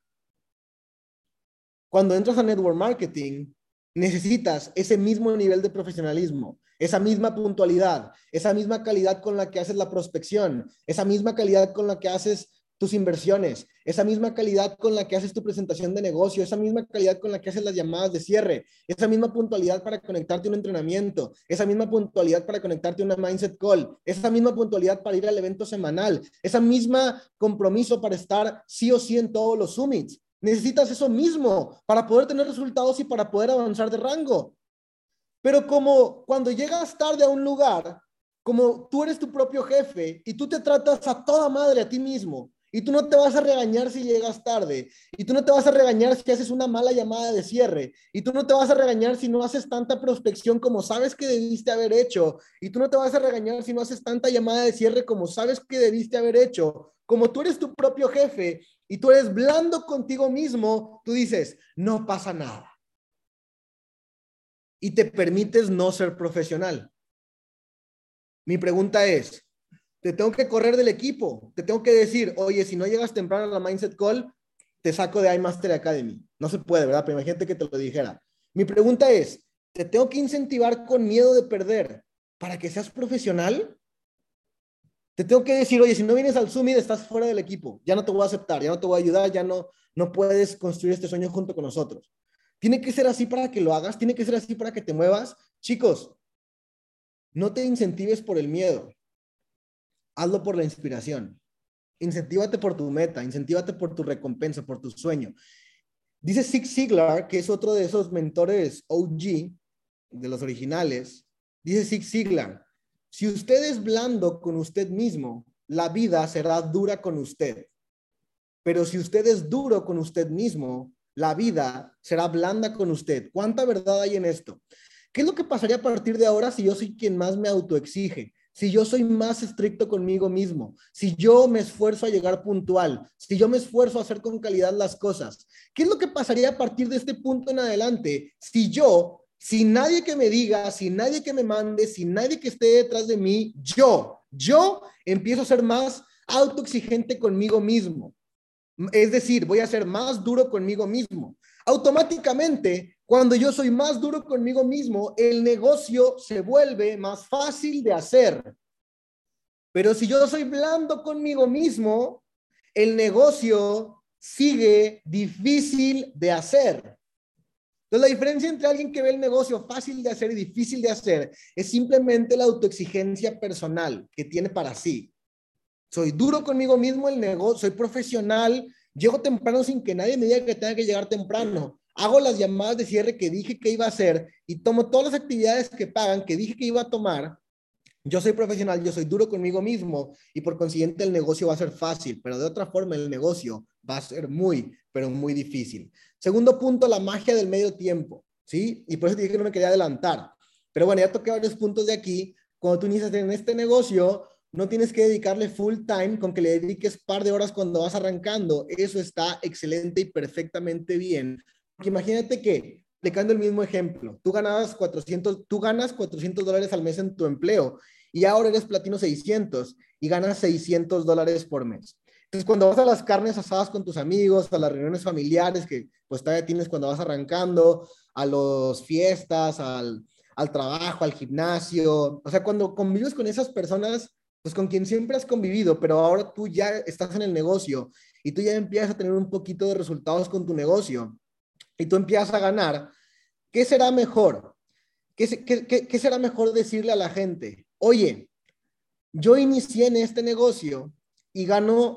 Cuando entras a network marketing, necesitas ese mismo nivel de profesionalismo, esa misma puntualidad, esa misma calidad con la que haces la prospección, esa misma calidad con la que haces tus inversiones, esa misma calidad con la que haces tu presentación de negocio, esa misma calidad con la que haces las llamadas de cierre, esa misma puntualidad para conectarte a un entrenamiento, esa misma puntualidad para conectarte a una mindset call, esa misma puntualidad para ir al evento semanal, esa misma compromiso para estar sí o sí en todos los summits. Necesitas eso mismo para poder tener resultados y para poder avanzar de rango. Pero como cuando llegas tarde a un lugar, como tú eres tu propio jefe y tú te tratas a toda madre a ti mismo, y tú no te vas a regañar si llegas tarde, y tú no te vas a regañar si haces una mala llamada de cierre, y tú no te vas a regañar si no haces tanta prospección como sabes que debiste haber hecho, y tú no te vas a regañar si no haces tanta llamada de cierre como sabes que debiste haber hecho. Como tú eres tu propio jefe y tú eres blando contigo mismo, tú dices, no pasa nada. Y te permites no ser profesional. Mi pregunta es, te tengo que correr del equipo, te tengo que decir, oye, si no llegas temprano a la Mindset Call, te saco de iMaster Academy. No se puede, ¿verdad? Pero imagínate que te lo dijera. Mi pregunta es, ¿te tengo que incentivar con miedo de perder para que seas profesional? Te tengo que decir, oye, si no vienes al Summit, estás fuera del equipo. Ya no te voy a aceptar, ya no te voy a ayudar, ya no puedes construir este sueño junto con nosotros. Tiene que ser así para que lo hagas, tiene que ser así para que te muevas. Chicos, no te incentives por el miedo, hazlo por la inspiración. Incentívate por tu meta, incentívate por tu recompensa, por tu sueño. Dice Zig Ziglar, que es otro de esos mentores OG, de los originales, dice Zig Ziglar, si usted es blando con usted mismo, la vida será dura con usted. Pero si usted es duro con usted mismo, la vida será blanda con usted. ¿Cuánta verdad hay en esto? ¿Qué es lo que pasaría a partir de ahora si yo soy quien más me autoexige? Si yo soy más estricto conmigo mismo, si yo me esfuerzo a llegar puntual, si yo me esfuerzo a hacer con calidad las cosas, ¿qué es lo que pasaría a partir de este punto en adelante si yo, sin nadie que me diga, sin nadie que me mande, sin nadie que esté detrás de mí, yo empiezo a ser más autoexigente conmigo mismo? Es decir, voy a ser más duro conmigo mismo. Automáticamente, cuando yo soy más duro conmigo mismo, el negocio se vuelve más fácil de hacer. Pero si yo soy blando conmigo mismo, el negocio sigue difícil de hacer. Entonces, la diferencia entre alguien que ve el negocio fácil de hacer y difícil de hacer es simplemente la autoexigencia personal que tiene para sí. Soy duro conmigo mismo, el negocio, soy profesional, Llego temprano sin que nadie me diga que tenga que llegar temprano. Hago las llamadas de cierre que dije que iba a hacer y tomo todas las actividades que pagan que dije que iba a tomar. Yo soy profesional, yo soy duro conmigo mismo y por consiguiente el negocio va a ser fácil, pero de otra forma el negocio va a ser muy, pero muy difícil. Segundo punto, la magia del medio tiempo, ¿sí? Y por eso te dije que no me quería adelantar. Pero bueno, ya toqué varios puntos de aquí. Cuando tú inicias en este negocio, no tienes que dedicarle full time con que le dediques par de horas cuando vas arrancando. Eso está excelente y perfectamente bien. Porque imagínate que, aplicando el mismo ejemplo, tú ganas $400 al mes en tu empleo y ahora eres platino 600 y ganas $600 por mes. Entonces, cuando vas a las carnes asadas con tus amigos, a las reuniones familiares que pues todavía tienes cuando vas arrancando, a las fiestas, al trabajo, al gimnasio, o sea, cuando convives con esas personas, pues con quien siempre has convivido, pero ahora tú ya estás en el negocio y tú ya empiezas a tener un poquito de resultados con tu negocio y tú empiezas a ganar, ¿qué será mejor? ¿Qué será mejor decirle a la gente? Oye, yo inicié en este negocio y gano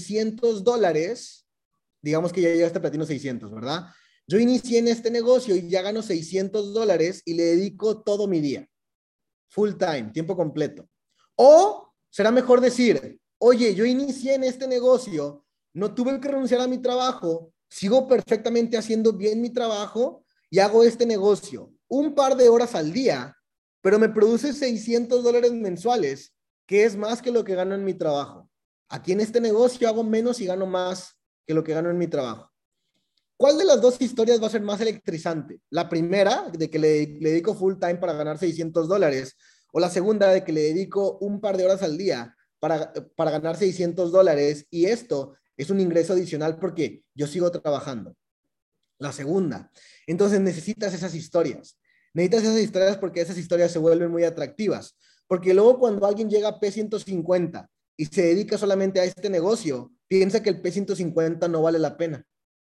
$600, digamos que ya llegaste a platino 600, ¿verdad? Yo inicié en este negocio y ya gano $600 y le dedico todo mi día, full time, tiempo completo. O será mejor decir, oye, yo inicié en este negocio, no tuve que renunciar a mi trabajo, sigo perfectamente haciendo bien mi trabajo y hago este negocio un par de horas al día, pero me produce $600 mensuales, que es más que lo que gano en mi trabajo. Aquí en este negocio hago menos y gano más que lo que gano en mi trabajo. ¿Cuál de las dos historias va a ser más electrizante? La primera, de que le dedico full time para ganar $600, o la segunda, de que le dedico un par de horas al día para ganar $600 y esto es un ingreso adicional porque yo sigo trabajando. La segunda. Entonces necesitas esas historias. Necesitas esas historias porque esas historias se vuelven muy atractivas. Porque luego cuando alguien llega a P150 y se dedica solamente a este negocio, piensa que el P150 no vale la pena.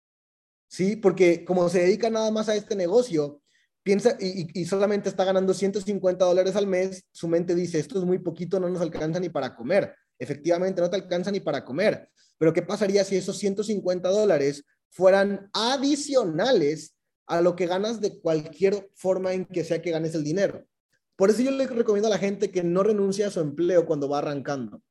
¿Sí? Porque como se dedica nada más a este negocio, piensa y solamente está ganando $150 al mes, su mente dice, esto es muy poquito, no nos alcanza ni para comer. Efectivamente, no te alcanza ni para comer. Pero ¿qué pasaría si esos $150 fueran adicionales a lo que ganas de cualquier forma en que sea que ganes el dinero? Por eso yo le recomiendo a la gente que no renuncie a su empleo cuando va arrancando.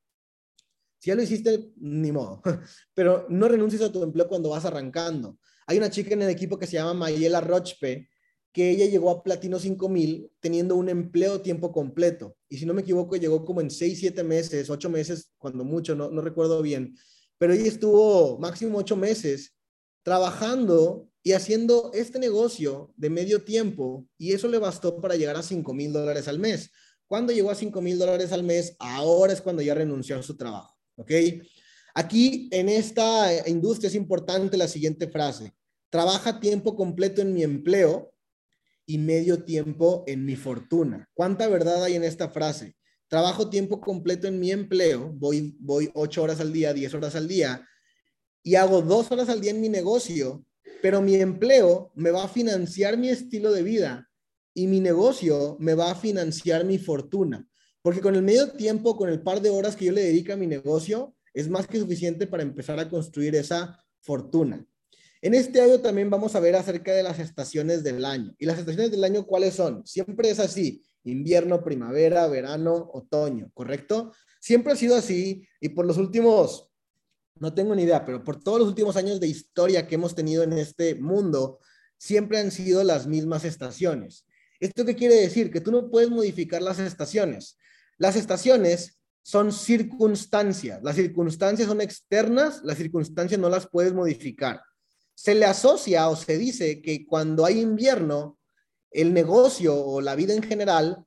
Si ya lo hiciste, ni modo. Pero no renuncies a tu empleo cuando vas arrancando. Hay una chica en el equipo que se llama Mayela Rochpe, que ella llegó a Platino 5000 teniendo un empleo tiempo completo. Y si no me equivoco, llegó como en 6, 7 meses, 8 meses, cuando mucho, no recuerdo bien. Pero ella estuvo máximo 8 meses trabajando y haciendo este negocio de medio tiempo y eso le bastó para llegar a $5,000 al mes. Cuando llegó a $5,000 al mes, ahora es cuando ya renunció a su trabajo. ¿Ok? Aquí en esta industria es importante la siguiente frase. Trabaja tiempo completo en mi empleo y medio tiempo en mi fortuna. ¿Cuánta verdad hay en esta frase? Trabajo tiempo completo en mi empleo, voy 8 horas al día, 10 horas al día y hago 2 horas al día en mi negocio, pero mi empleo me va a financiar mi estilo de vida y mi negocio me va a financiar mi fortuna. Porque con el medio tiempo, con el par de horas que yo le dedico a mi negocio, es más que suficiente para empezar a construir esa fortuna. En este audio también vamos a ver acerca de las estaciones del año. ¿Y las estaciones del año cuáles son? Siempre es así, invierno, primavera, verano, otoño, ¿correcto? Siempre ha sido así y por los últimos, no tengo ni idea, pero por todos los últimos años de historia que hemos tenido en este mundo, siempre han sido las mismas estaciones. ¿Esto qué quiere decir? Que tú no puedes modificar las estaciones. Las estaciones son circunstancias. Las circunstancias son externas, las circunstancias no las puedes modificar. Se le asocia o se dice que cuando hay invierno, el negocio o la vida en general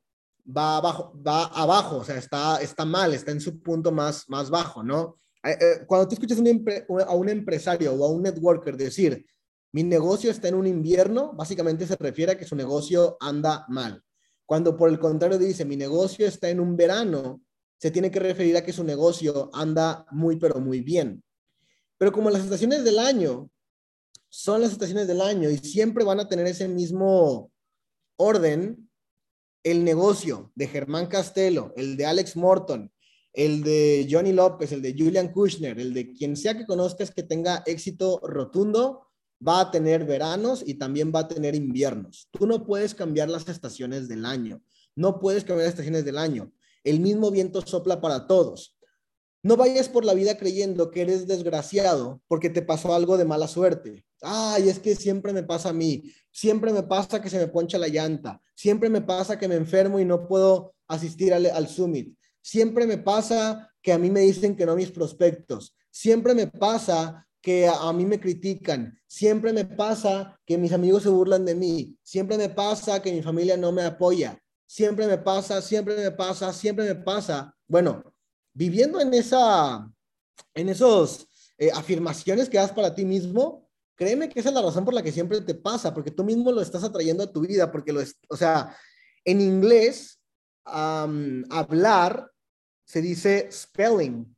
va abajo, o sea, está mal, está en su punto más bajo, ¿no? Cuando tú escuchas a un empresario o a un networker decir, mi negocio está en un invierno, básicamente se refiere a que su negocio anda mal. Cuando por el contrario dice, mi negocio está en un verano, se tiene que referir a que su negocio anda muy, pero muy bien. Pero como las estaciones del año son las estaciones del año y siempre van a tener ese mismo orden, el negocio de Germán Castelo, el de Alex Morton, el de Johnny López, el de Julian Kushner, el de quien sea que conozcas que tenga éxito rotundo, va a tener veranos y también va a tener inviernos. Tú no puedes cambiar las estaciones del año. No puedes cambiar las estaciones del año. El mismo viento sopla para todos. No vayas por la vida creyendo que eres desgraciado porque te pasó algo de mala suerte. Ay, es que siempre me pasa a mí. Siempre me pasa que se me poncha la llanta. Siempre me pasa que me enfermo y no puedo asistir al summit. Siempre me pasa que a mí me dicen que no mis prospectos. Siempre me pasa que a mí me critican. Siempre me pasa que mis amigos se burlan de mí. Siempre me pasa que mi familia no me apoya. Siempre me pasa, siempre me pasa, siempre me pasa. Bueno, viviendo en esos afirmaciones que das para ti mismo, créeme que esa es la razón por la que siempre te pasa, porque tú mismo lo estás atrayendo a tu vida, porque o sea, en inglés, hablar se dice spelling,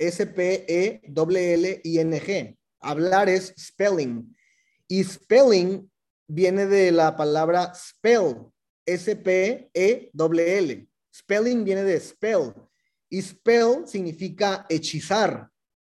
S-P-E-L-L-I-N-G. Hablar es spelling. Y spelling viene de la palabra spell, S-P-E-L-L. Spelling viene de spell. Y spell significa hechizar.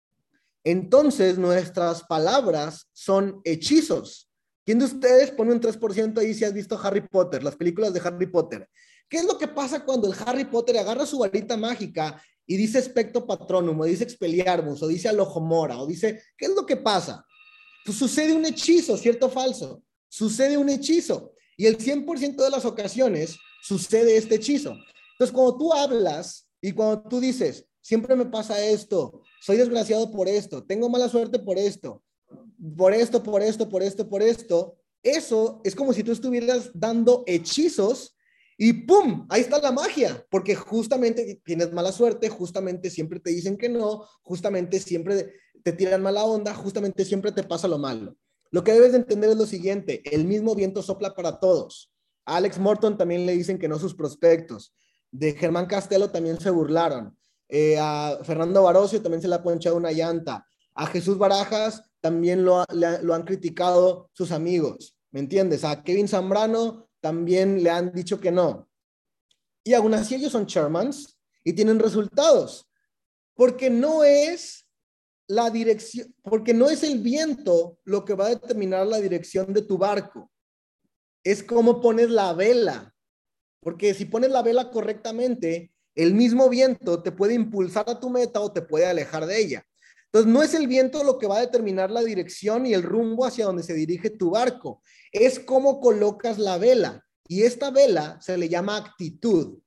Entonces, nuestras palabras son hechizos. ¿Quién de ustedes pone un 3% ahí si has visto Harry Potter, las películas de Harry Potter? ¿Qué es lo que pasa cuando el Harry Potter agarra su varita mágica y dice Expecto Patronum, o dice Expelliarmus, o dice Alohomora, o dice, ¿qué es lo que pasa? Pues sucede un hechizo, ¿cierto o falso? Sucede un hechizo. Y el 100% de las ocasiones sucede este hechizo. Entonces, cuando tú hablas y cuando tú dices, siempre me pasa esto, soy desgraciado por esto, tengo mala suerte por esto, por esto, por esto, por esto, por esto, eso es como si tú estuvieras dando hechizos y ¡pum! Ahí está la magia, porque justamente tienes mala suerte, justamente siempre te dicen que no, justamente siempre te tiran mala onda, justamente siempre te pasa lo malo. Lo que debes de entender es lo siguiente, el mismo viento sopla para todos. A Alex Morton también le dicen que no sus prospectos. De Germán Castelo también se burlaron. A Fernando Barocio también se le ha ponchado una llanta. A Jesús Barajas también lo han criticado sus amigos, ¿me entiendes? A Kevin Zambrano también le han dicho que no. Y aún así ellos son chairmans y tienen resultados, porque no es la dirección, porque no es el viento lo que va a determinar la dirección de tu barco, es cómo pones la vela, porque si pones la vela correctamente, el mismo viento te puede impulsar a tu meta o te puede alejar de ella. Entonces, no es el viento lo que va a determinar la dirección y el rumbo hacia donde se dirige tu barco, es cómo colocas la vela, y esta vela se le llama actitud.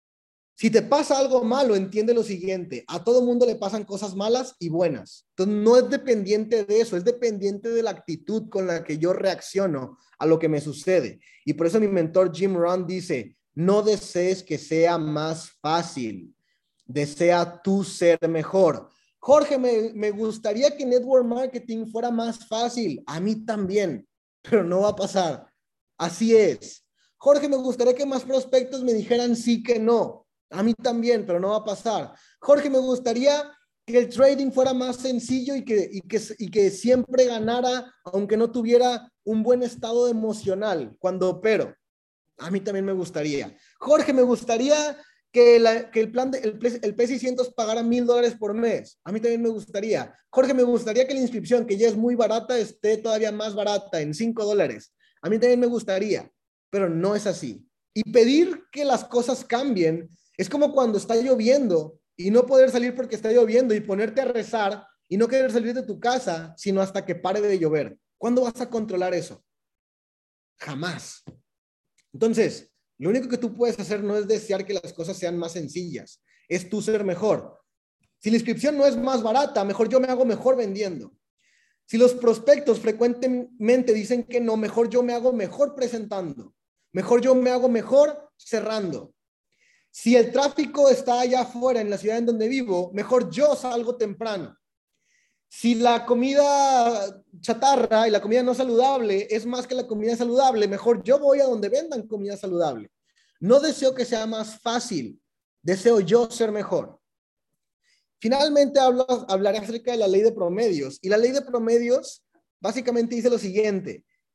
Si te pasa algo malo, entiende lo siguiente, a todo mundo le pasan cosas malas y buenas. Entonces, no es dependiente de eso, es dependiente de la actitud con la que yo reacciono a lo que me sucede. Y por eso mi mentor Jim Rohn dice, no desees que sea más fácil, desea tú ser mejor. Jorge, me gustaría que network marketing fuera más fácil. A mí también, pero no va a pasar. Así es. Jorge, me gustaría que más prospectos me dijeran sí que no. A mí también, pero no va a pasar. Jorge, me gustaría que el trading fuera más sencillo y que siempre ganara, aunque no tuviera un buen estado emocional cuando opero. A mí también me gustaría. Jorge, me gustaría que el plan el P600 pagara $1,000 por mes. A mí también me gustaría. Jorge, me gustaría que la inscripción, que ya es muy barata, esté todavía más barata, en $5. A mí también me gustaría, pero no es así. Y pedir que las cosas cambien es como cuando está lloviendo y no poder salir porque está lloviendo y ponerte a rezar y no querer salir de tu casa, sino hasta que pare de llover. ¿Cuándo vas a controlar eso? Jamás. Entonces, lo único que tú puedes hacer no es desear que las cosas sean más sencillas, es tú ser mejor. Si la inscripción no es más barata, mejor yo me hago mejor vendiendo. Si los prospectos frecuentemente dicen que no, mejor yo me hago mejor presentando. Mejor yo me hago mejor cerrando. Si el tráfico está allá afuera en la ciudad en donde vivo, mejor yo salgo temprano. Si la comida chatarra y la comida no saludable es más que la comida saludable, mejor yo voy a donde vendan comida saludable. No deseo que sea más fácil, deseo yo ser mejor. Finalmente hablaré acerca de la ley de promedios. Y la ley de promedios básicamente dice lo siguiente,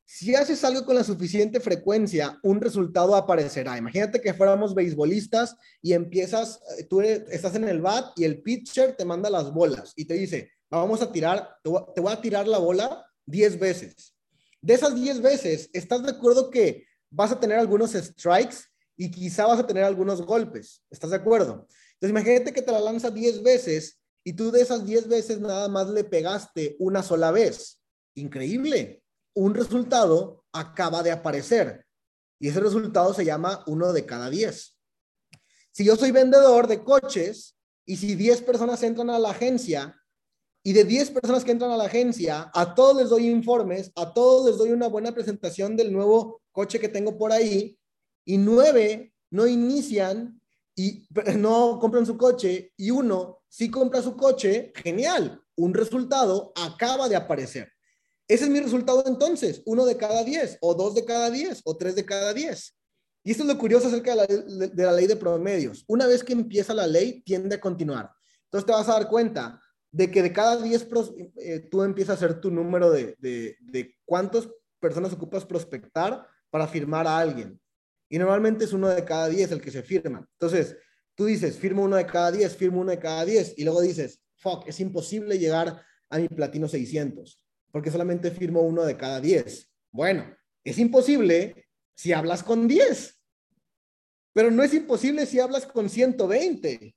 Si haces algo con la suficiente frecuencia, un resultado aparecerá. Imagínate que fuéramos beisbolistas y empiezas, estás en el bat y el pitcher te manda las bolas y te dice, vamos a tirar, te voy a tirar la bola 10 veces. De esas 10 veces, ¿estás de acuerdo que vas a tener algunos strikes y quizá vas a tener algunos golpes? ¿Estás de acuerdo? Entonces imagínate que te la lanza 10 veces y tú de esas 10 veces nada más le pegaste una sola vez. Increíble. Un resultado acaba de aparecer y ese resultado se llama 1 de cada 10. Si yo soy vendedor de coches y si 10 personas entran a la agencia y de 10 personas que entran a la agencia, a todos les doy informes, a todos les doy una buena presentación del nuevo coche que tengo por ahí y 9 no inician y no compran su coche y 1 sí compra su coche, genial, un resultado acaba de aparecer. Ese es mi resultado entonces, 1 de cada 10, o 2 de cada 10, o 3 de cada 10. Y esto es lo curioso acerca de la ley de promedios. Una vez que empieza la ley, tiende a continuar. Entonces te vas a dar cuenta de que de cada 10 tú empiezas a hacer tu número de cuántas personas ocupas prospectar para firmar a alguien. Y normalmente es 1 de cada 10 el que se firma. Entonces, tú dices, firmo 1 de cada 10, firmo 1 de cada 10, y luego dices, fuck, es imposible llegar a mi platino 600 porque solamente firmo 1 de cada 10. Bueno, es imposible si hablas con 10, pero no es imposible si hablas con 120.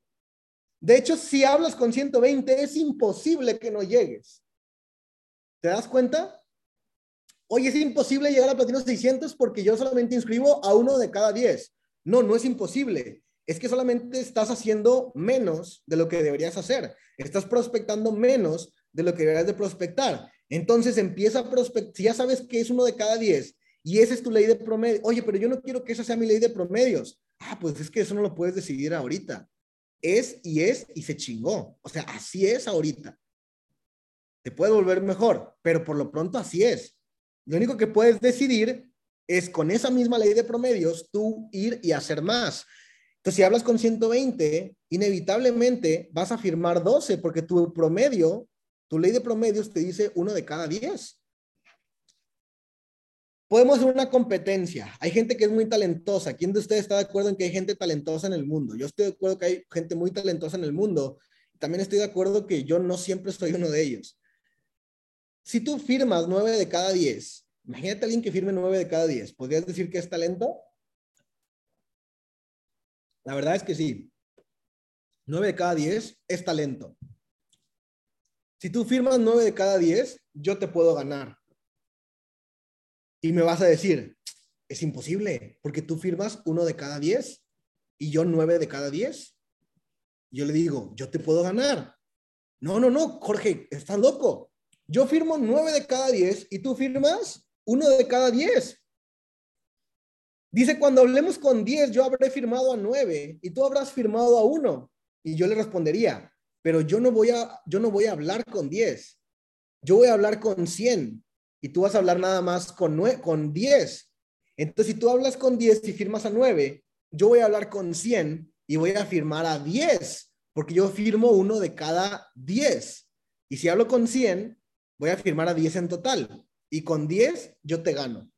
De hecho, si hablas con 120, es imposible que no llegues. ¿Te das cuenta? Oye, es imposible llegar a platino 600 porque yo solamente inscribo a 1 de cada 10. No, no es imposible. Es que solamente estás haciendo menos de lo que deberías hacer. Estás prospectando menos de lo que deberías de prospectar. Entonces empieza a prospectar. Si ya sabes que es 1 de cada 10 y esa es tu ley de promedio. Oye, pero yo no quiero que esa sea mi ley de promedios. Ah, pues es que eso no lo puedes decidir ahorita. Es y se chingó. O sea, así es ahorita. Te puede volver mejor, pero por lo pronto así es. Lo único que puedes decidir es con esa misma ley de promedios tú ir y hacer más. Entonces, si hablas con 120, inevitablemente vas a firmar 12 porque tu promedio, tu ley de promedios te dice 1 de cada 10. Podemos hacer una competencia. Hay gente que es muy talentosa. ¿Quién de ustedes está de acuerdo en que hay gente talentosa en el mundo? Yo estoy de acuerdo que hay gente muy talentosa en el mundo. También estoy de acuerdo que yo no siempre soy uno de ellos. Si tú firmas 9 de cada 10, imagínate a alguien que firme 9 de cada 10, ¿podrías decir que es talento? La verdad es que sí. 9 de cada 10 es talento. Si tú firmas 9 de cada 10, yo te puedo ganar. Y me vas a decir, es imposible, porque tú firmas 1 de cada 10 y yo 9 de cada 10. Yo le digo, yo te puedo ganar. No, no, no, Jorge, estás loco. Yo firmo 9 de cada 10 y tú firmas 1 de cada 10. Dice, cuando hablemos con 10, yo habré firmado a 9 y tú habrás firmado a 1. Y yo le respondería, pero yo no voy a hablar con 10. Yo voy a hablar con 100 y tú vas a hablar nada más con 10. Entonces, si tú hablas con 10 y firmas a 9, yo voy a hablar con 100 y voy a firmar a 10, porque yo firmo 1 de cada 10. Y si hablo con 100, voy a firmar a 10 en total. Y con 10, yo te gano.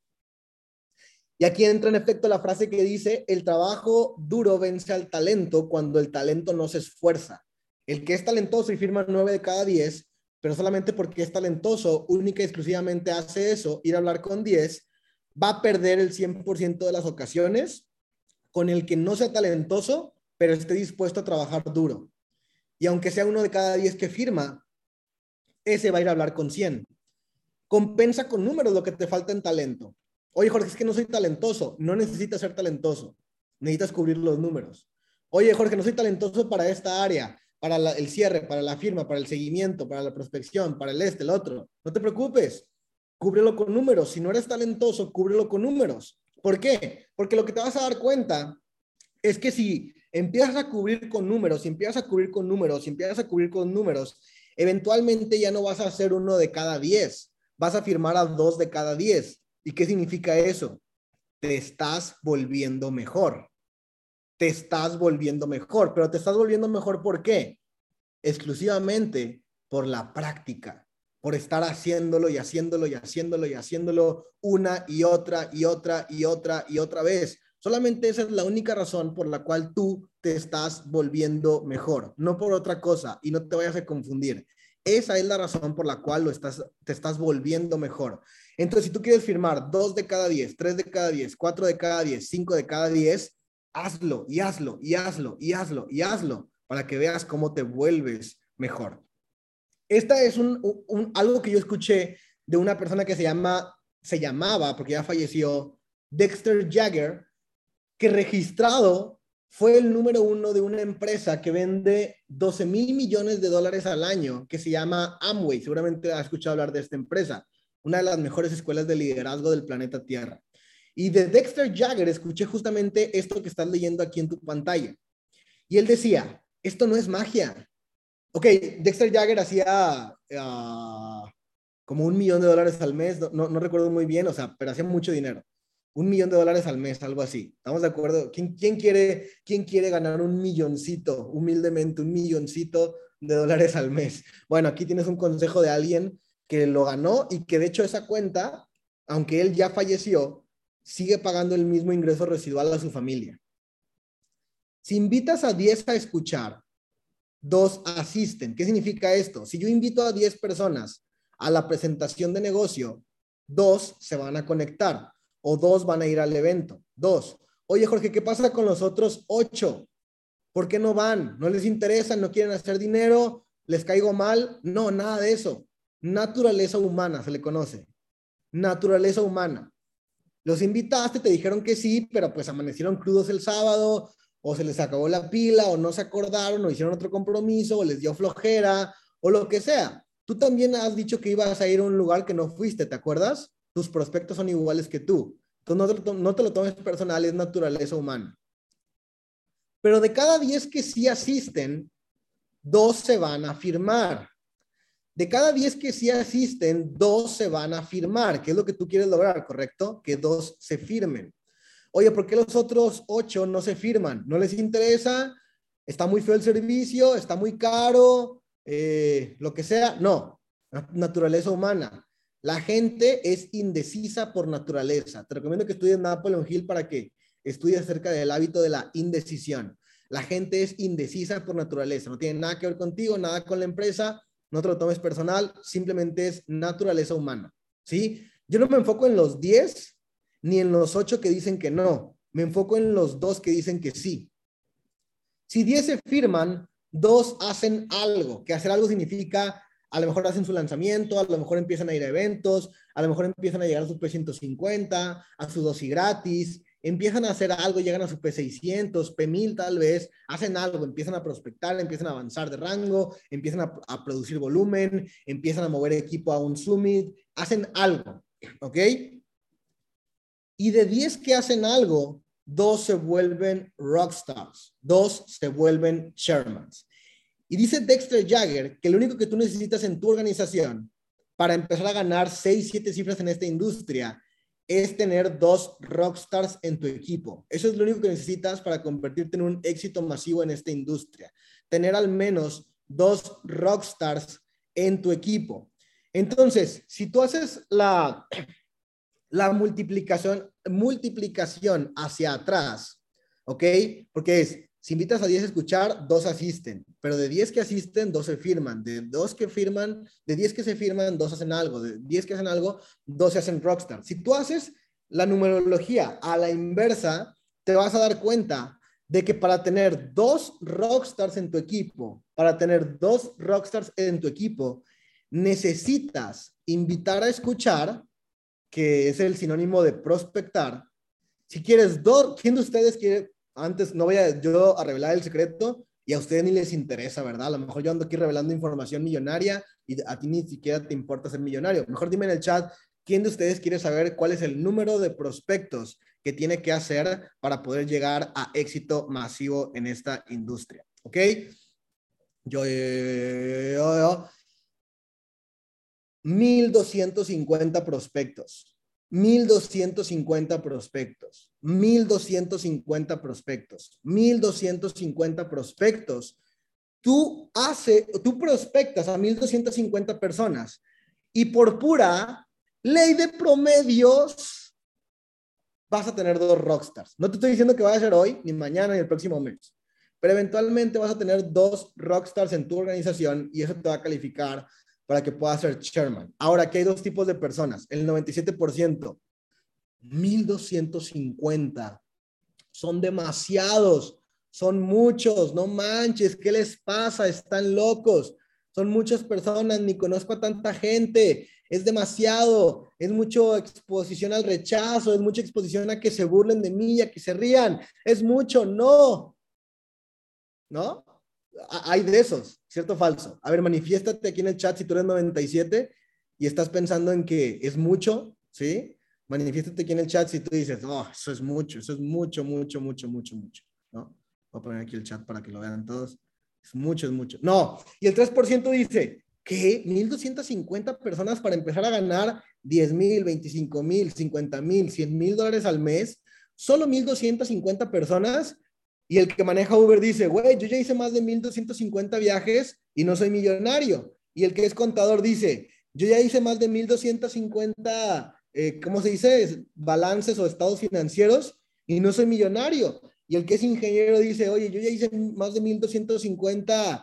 Y aquí entra en efecto la frase que dice, el trabajo duro vence al talento cuando el talento no se esfuerza. El que es talentoso y firma 9 de cada 10, pero solamente porque es talentoso, única y exclusivamente hace eso, ir a hablar con 10, va a perder el 100% de las ocasiones con el que no sea talentoso, pero esté dispuesto a trabajar duro. Y aunque sea 1 de cada 10 que firma, ese va a ir a hablar con 100. Compensa con números lo que te falta en talento. Oye, Jorge, es que no soy talentoso. No necesitas ser talentoso. Necesitas cubrir los números. Oye, Jorge, no soy talentoso para esta área, para el cierre, para la firma, para el seguimiento, para la prospección, para el otro. No te preocupes. Cúbrelo con números. Si no eres talentoso, cúbrelo con números. ¿Por qué? Porque lo que te vas a dar cuenta es que si empiezas a cubrir con números, si empiezas a cubrir con números, si empiezas a cubrir con números, eventualmente ya no vas a hacer 1 de cada 10. Vas a firmar a 2 de cada 10. ¿Y qué significa eso? Te estás volviendo mejor. Te estás volviendo mejor. Pero te estás volviendo mejor ¿por qué? Exclusivamente por la práctica. por estar haciéndolo y haciéndolo y haciéndolo y haciéndolo una y otra y otra y otra y otra vez. Solamente esa es la única razón por la cual tú te estás volviendo mejor, no por otra cosa, y no te vayas a confundir. Esa es la razón por la cual te estás volviendo mejor. Entonces, si tú quieres firmar 2 de cada 10, 3 de cada 10, 4 de cada 10, 5 de cada 10, hazlo y hazlo y hazlo y hazlo y hazlo para que veas cómo te vuelves mejor. Esta es algo que yo escuché de una persona que se llamaba, porque ya falleció, Dexter Jagger, que registrado fue el número 1 de una empresa que vende 12 mil millones de dólares al año, que se llama Amway. Seguramente has escuchado hablar de esta empresa, una de las mejores escuelas de liderazgo del planeta Tierra. Y de Dexter Jagger escuché justamente esto que estás leyendo aquí en tu pantalla. Y él decía, esto no es magia. Ok, Dexter Jagger hacía como $1 millón al mes, no recuerdo muy bien, o sea, pero hacía mucho dinero. $1 millón al mes, algo así. ¿Estamos de acuerdo? ¿Quién quiere ganar un milloncito, humildemente, $1 milloncito al mes? Bueno, aquí tienes un consejo de alguien que lo ganó y que de hecho esa cuenta, aunque él ya falleció, sigue pagando el mismo ingreso residual a su familia. Si invitas a 10 a escuchar, 2 asisten. ¿Qué significa esto? Si yo invito a 10 personas a la presentación de negocio, 2 se van a conectar o 2 van a ir al evento. 2. Oye, Jorge, ¿qué pasa con los otros 8? ¿Por qué no van? ¿No les interesa? ¿No quieren hacer dinero? ¿Les caigo mal? No, nada de eso. Naturaleza humana se le conoce. Naturaleza humana. Los invitaste, te dijeron que sí, pero pues amanecieron crudos el sábado, o se les acabó la pila, o no se acordaron, o hicieron otro compromiso, o les dio flojera, o lo que sea. Tú también has dicho que ibas a ir a un lugar que no fuiste, ¿te acuerdas? Tus prospectos son iguales que tú. Entonces no te lo tomes personal, es naturaleza humana. Pero de cada 10 que sí asisten, 2 se van a firmar. De cada 10 que sí asisten, 2 se van a firmar, que es lo que tú quieres lograr, ¿correcto? Que 2 se firmen. Oye, ¿por qué los otros 8 no se firman? ¿No les interesa? ¿Está muy feo el servicio? ¿Está muy caro? Lo que sea. No, naturaleza humana. La gente es indecisa por naturaleza. Te recomiendo que estudies Napoleon Hill para que estudies acerca del hábito de la indecisión. La gente es indecisa por naturaleza. No tiene nada que ver contigo, nada con la empresa. No te lo tomes personal. Simplemente es naturaleza humana. ¿Sí? Yo no me enfoco en los 10 ni en los 8 que dicen que no. Me enfoco en los 2 que dicen que sí. Si 10 se firman, 2 hacen algo. Que hacer algo significa, a lo mejor hacen su lanzamiento, a lo mejor empiezan a ir a eventos, a lo mejor empiezan a llegar a su P150, a su dosis gratis, empiezan a hacer algo, llegan a su P600, P1000 tal vez, hacen algo, empiezan a prospectar, empiezan a avanzar de rango, empiezan a producir volumen, empiezan a mover equipo a un summit, hacen algo, ¿ok? Y de 10 que hacen algo, 2 se vuelven rockstars, 2 se vuelven chairmans. Y dice Dexter Jagger que lo único que tú necesitas en tu organización para empezar a ganar 6, 7 cifras en esta industria es tener 2 rockstars en tu equipo. Eso es lo único que necesitas para convertirte en un éxito masivo en esta industria. Tener al menos 2 rockstars en tu equipo. Entonces, si tú haces la multiplicación hacia atrás, ¿ok? Porque si invitas a 10 a escuchar, 2 asisten, pero de 10 que asisten, 2 se firman, de 10 que se firman, 2 hacen algo, de 10 que hacen algo, 2 se hacen rockstar. Si tú haces la numerología a la inversa, te vas a dar cuenta de que para tener 2 rockstars en tu equipo, necesitas invitar a escuchar, que es el sinónimo de prospectar. Si quieres, ¿quién de ustedes quiere? Antes, no voy a yo a revelar el secreto y a ustedes ni les interesa, ¿verdad? A lo mejor yo ando aquí revelando información millonaria y a ti ni siquiera te importa ser millonario. Mejor dime en el chat, ¿quién de ustedes quiere saber cuál es el número de prospectos que tiene que hacer para poder llegar a éxito masivo en esta industria? ¿Ok? Yo. 1,250 prospectos, 1,250 prospectos, 1,250 prospectos, 1,250 prospectos. Tú prospectas a 1,250 personas Y por pura ley de promedios, vas a tener 2 rockstars. No te estoy diciendo que vaya a ser hoy, ni mañana, ni el próximo mes. Pero eventualmente vas a tener 2 rockstars en tu organización y eso te va a calificar para que puedas ser chairman. Ahora, aquí hay 2 tipos de personas. El 97%, 1250. Son demasiados, son muchos, no manches, ¿qué les pasa? Están locos. Son muchas personas, ni conozco a tanta gente. Es demasiado, es mucha exposición al rechazo, es mucha exposición a que se burlen de mí, a que se rían. Es mucho, no. ¿No? Hay de esos, ¿cierto o falso? A ver, manifiéstate aquí en el chat si tú eres 97 y estás pensando en que es mucho, ¿sí? Manifiéstate aquí en el chat si tú dices, oh, eso es mucho, mucho, mucho, mucho, mucho, ¿no? Voy a poner aquí el chat para que lo vean todos. Es mucho, es mucho. No, y el 3% dice, ¿qué? 1,250 personas para empezar a ganar 10,000, 25,000, 50,000, 100,000 dólares al mes. Solo 1,250 personas. Y el que maneja Uber dice, güey, yo ya hice más de 1,250 viajes y no soy millonario. Y el que es contador dice, yo ya hice más de 1,250, ¿cómo se dice? Balances o estados financieros y no soy millonario. Y el que es ingeniero dice, oye, yo ya hice más de 1,250,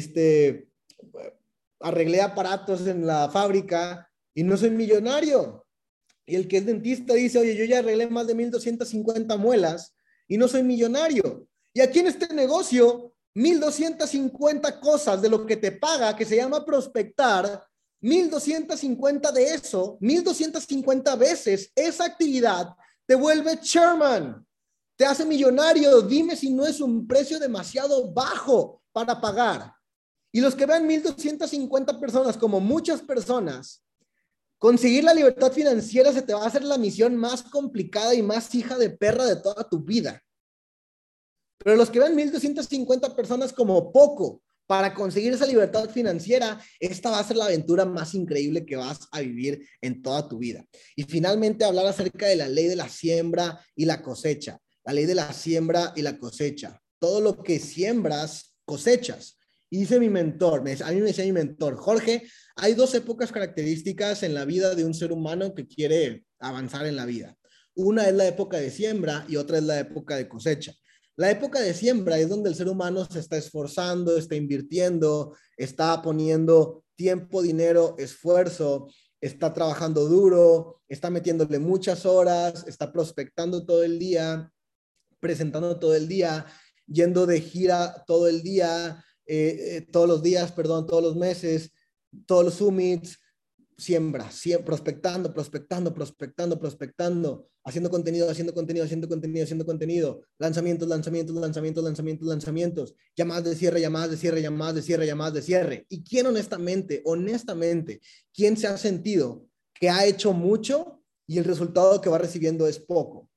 arreglé aparatos en la fábrica y no soy millonario. Y el que es dentista dice, oye, yo ya arreglé más de 1,250 muelas y no soy millonario. Y aquí en este negocio, 1,250 cosas de lo que te paga, que se llama prospectar, 1,250 de eso, 1,250 veces esa actividad te vuelve chairman, te hace millonario. Dime si no es un precio demasiado bajo para pagar. Y los que vean 1,250 personas como muchas personas, conseguir la libertad financiera se te va a hacer la misión más complicada y más hija de perra de toda tu vida. Pero los que ven 1,250 personas como poco para conseguir esa libertad financiera, esta va a ser la aventura más increíble que vas a vivir en toda tu vida. Y finalmente hablar acerca de la ley de la siembra y la cosecha. La ley de la siembra y la cosecha. Todo lo que siembras, cosechas. Y dice mi mentor, a mí me decía mi mentor, Jorge, hay 2 épocas características en la vida de un ser humano que quiere avanzar en la vida. Una es la época de siembra y otra es la época de cosecha. La época de siembra es donde el ser humano se está esforzando, está invirtiendo, está poniendo tiempo, dinero, esfuerzo, está trabajando duro, está metiéndole muchas horas, está prospectando todo el día, presentando todo el día, yendo de gira todo el día, todos los días, perdón, todos los meses, todos los summits, siembra, prospectando, prospectando, prospectando, prospectando, haciendo contenido, haciendo contenido, haciendo contenido, haciendo contenido, lanzamientos, lanzamientos, lanzamientos, lanzamientos, lanzamientos, llamadas de cierre, llamadas de cierre, llamadas de cierre, llamadas de cierre. ¿Y quién honestamente, quién se ha sentido que ha hecho mucho y el resultado que va recibiendo es poco?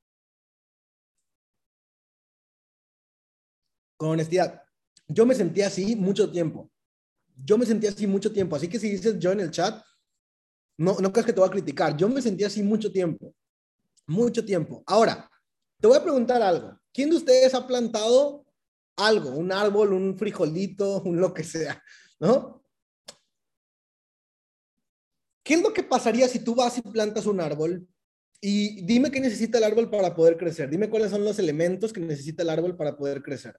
Con honestidad, yo me sentía así mucho tiempo. Así que si dices yo en el chat, no creas que te voy a criticar. Yo me sentía así mucho tiempo. Ahora, te voy a preguntar algo. ¿Quién de ustedes ha plantado algo? Un árbol, un frijolito, un lo que sea, ¿no? ¿Qué es lo que pasaría si tú vas y plantas un árbol? Y dime qué necesita el árbol para poder crecer. Dime cuáles son los elementos que necesita el árbol para poder crecer.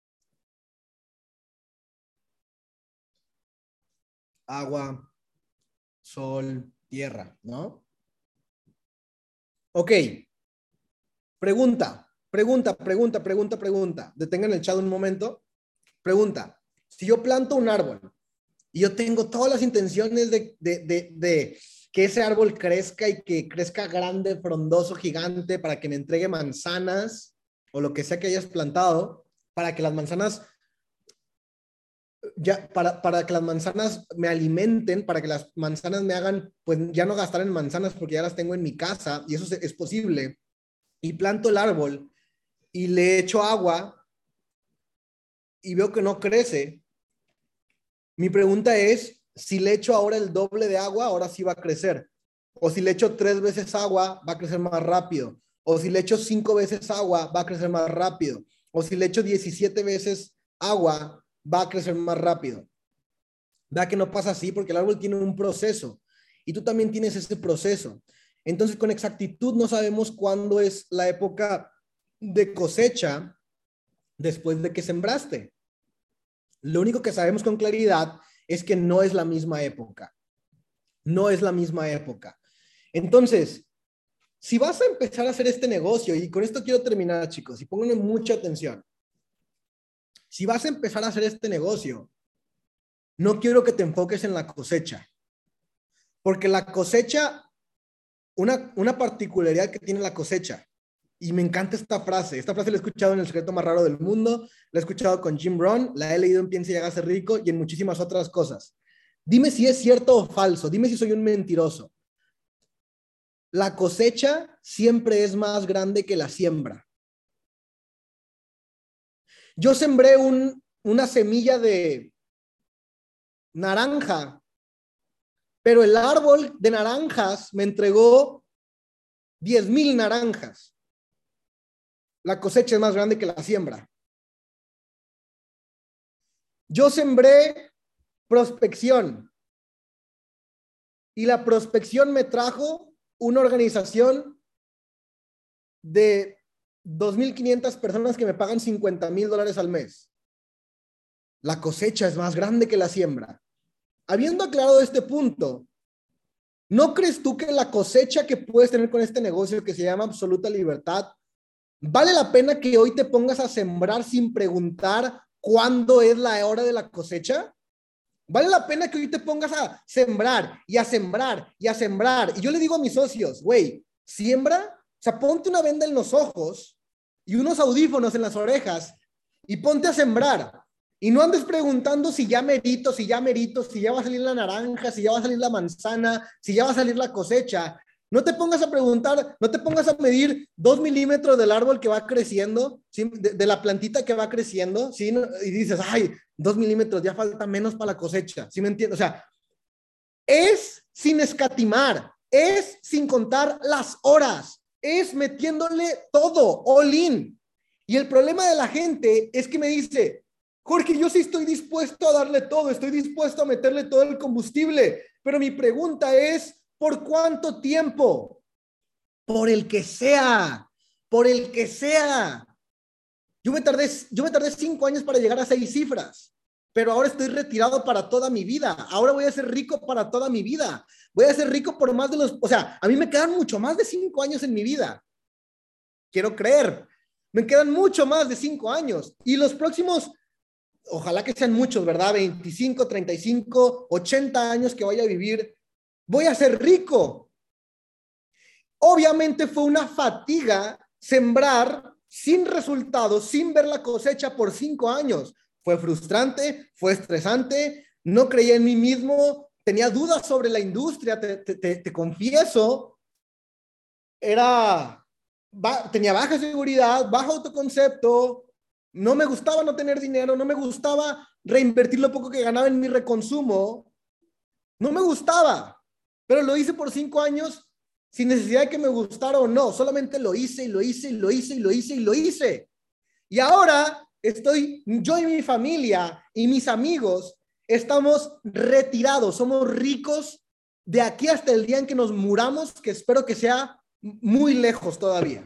Agua, sol, tierra, ¿no? Ok. Pregunta. Detengan el chat un momento. Pregunta. Si yo planto un árbol y yo tengo todas las intenciones de que ese árbol crezca y que crezca grande, frondoso, gigante, para que me entregue manzanas o lo que sea que hayas plantado, para que las manzanas para que las manzanas me alimenten, para que las manzanas me hagan, pues ya no gastar en manzanas porque ya las tengo en mi casa y eso es posible. Y planto el árbol y le echo agua y veo que no crece. Mi pregunta es, si le echo ahora el doble de agua, ahora sí va a crecer. O si le echo 3 veces agua, va a crecer más rápido. O si le echo 5 veces agua, va a crecer más rápido. O si le echo 17 veces agua, va a crecer más rápido. Vea que no pasa así porque el árbol tiene un proceso. y tú también tienes ese proceso. Entonces, con exactitud no sabemos cuándo es la época de cosecha después de que sembraste. Lo único que sabemos con claridad es que no es la misma época. No es la misma época. Entonces, si vas a empezar a hacer este negocio, y con esto quiero terminar, chicos, y pónganme mucha atención. Si vas a empezar a hacer este negocio, no quiero que te enfoques en la cosecha, porque la cosecha, una particularidad que tiene la cosecha, y me encanta esta frase la he escuchado en El secreto más raro del mundo, la he escuchado con Jim Rohn, la he leído en Piensa y hágase rico y en muchísimas otras cosas. Dime si es cierto o falso, dime si soy un mentiroso. La cosecha siempre es más grande que la siembra. Yo sembré una semilla de naranja, pero el árbol de naranjas me entregó 10,000 naranjas. La cosecha es más grande que la siembra. Yo sembré prospección y la prospección me trajo una organización de 2,500 personas que me pagan $50,000 al mes. La cosecha es más grande que la siembra. Habiendo aclarado este punto, ¿no crees tú que la cosecha que puedes tener con este negocio que se llama absoluta libertad, vale la pena que hoy te pongas a sembrar sin preguntar cuándo es la hora de la cosecha? ¿Vale la pena que hoy te pongas a sembrar y a sembrar y a sembrar? Y yo le digo a mis socios, güey, siembra, o sea, ponte una venda en los ojos y unos audífonos en las orejas y ponte a sembrar. Y no andes preguntando si ya merito, si ya merito, si ya va a salir la naranja, si ya va a salir la manzana, si ya va a salir la cosecha. No te pongas a preguntar, no te pongas a medir 2 milímetros del árbol que va creciendo, ¿sí? de la plantita que va creciendo, ¿sí? Y dices, ay, 2 milímetros, ya falta menos para la cosecha, ¿sí me entiendes? O sea, es sin escatimar, es sin contar las horas, es metiéndole todo, all in. Y el problema de la gente es que me dice, Jorge, yo sí estoy dispuesto a darle todo, estoy dispuesto a meterle todo el combustible, pero mi pregunta es, ¿por cuánto tiempo? Por el que sea, por el que sea. Yo me tardé 5 años para llegar a 6 cifras, pero ahora estoy retirado para toda mi vida. Ahora voy a ser rico para toda mi vida. Voy a ser rico por más de o sea, a mí me quedan mucho más de 5 años en mi vida. Quiero creer. Me quedan mucho más de 5 años. Y los próximos, ojalá que sean muchos, ¿verdad? 25, 35, 80 años que vaya a vivir, voy a ser rico. Obviamente fue una fatiga sembrar sin resultados, sin ver la cosecha por 5 años. Fue frustrante, fue estresante, no creía en mí mismo, tenía dudas sobre la industria, te confieso. Tenía baja seguridad, bajo autoconcepto, no me gustaba no tener dinero, no me gustaba reinvertir lo poco que ganaba en mi reconsumo, no me gustaba, pero lo hice por 5 años sin necesidad de que me gustara o no, solamente lo hice y lo hice y lo hice y lo hice y lo hice. Y ahora yo y mi familia y mis amigos estamos retirados, somos ricos de aquí hasta el día en que nos muramos, que espero que sea muy lejos todavía.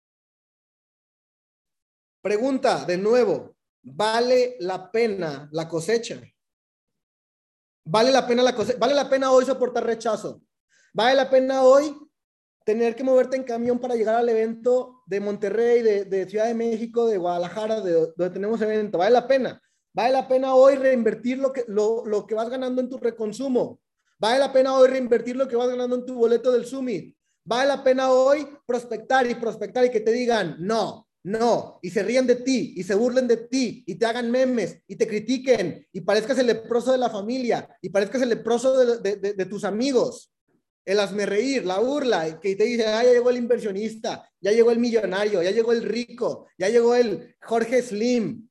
Pregunta de nuevo, ¿vale la pena la cosecha? ¿Vale la pena la cosecha? ¿Vale la pena hoy soportar rechazo? ¿Vale la pena hoy tener que moverte en camión para llegar al evento de Monterrey, de Ciudad de México, de Guadalajara, donde tenemos evento? ¿Vale la pena? ¿Vale la pena hoy reinvertir lo que vas ganando en tu reconsumo? ¿Vale la pena hoy reinvertir lo que vas ganando en tu boleto del Summit? ¿Vale la pena hoy prospectar y que te digan no, no, y se rían de ti, y se burlen de ti, y te hagan memes, y te critiquen, y parezcas el leproso de la familia, y parezcas el leproso de tus amigos? El hazme reír, la burla, que te dice, ah, ya llegó el inversionista, ya llegó el millonario, ya llegó el rico, ya llegó el Jorge Slim.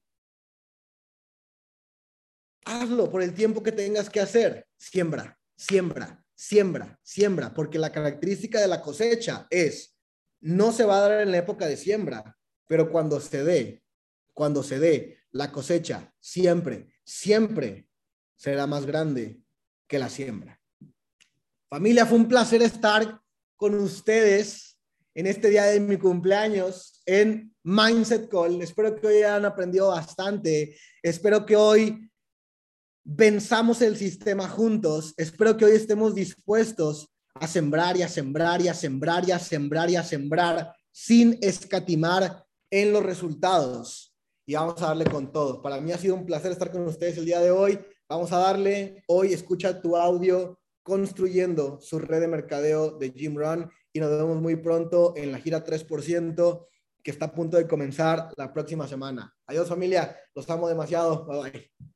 Hazlo por el tiempo que tengas que hacer. Siembra, siembra, siembra, siembra, porque la característica de la cosecha es, no se va a dar en la época de siembra, pero cuando se dé la cosecha, siempre, siempre será más grande que la siembra. Familia, fue un placer estar con ustedes en este día de mi cumpleaños en Mindset Call. Espero que hoy hayan aprendido bastante. Espero que hoy venzamos el sistema juntos. Espero que hoy estemos dispuestos a sembrar y a sembrar y a sembrar y a sembrar y a sembrar sin escatimar en los resultados. Y vamos a darle con todo. Para mí ha sido un placer estar con ustedes el día de hoy. Vamos a darle. Hoy escucha tu audio construyendo su red de mercadeo de Jim Rohn y nos vemos muy pronto en la gira 3% que está a punto de comenzar la próxima semana. Adiós familia, los amo demasiado. Bye bye.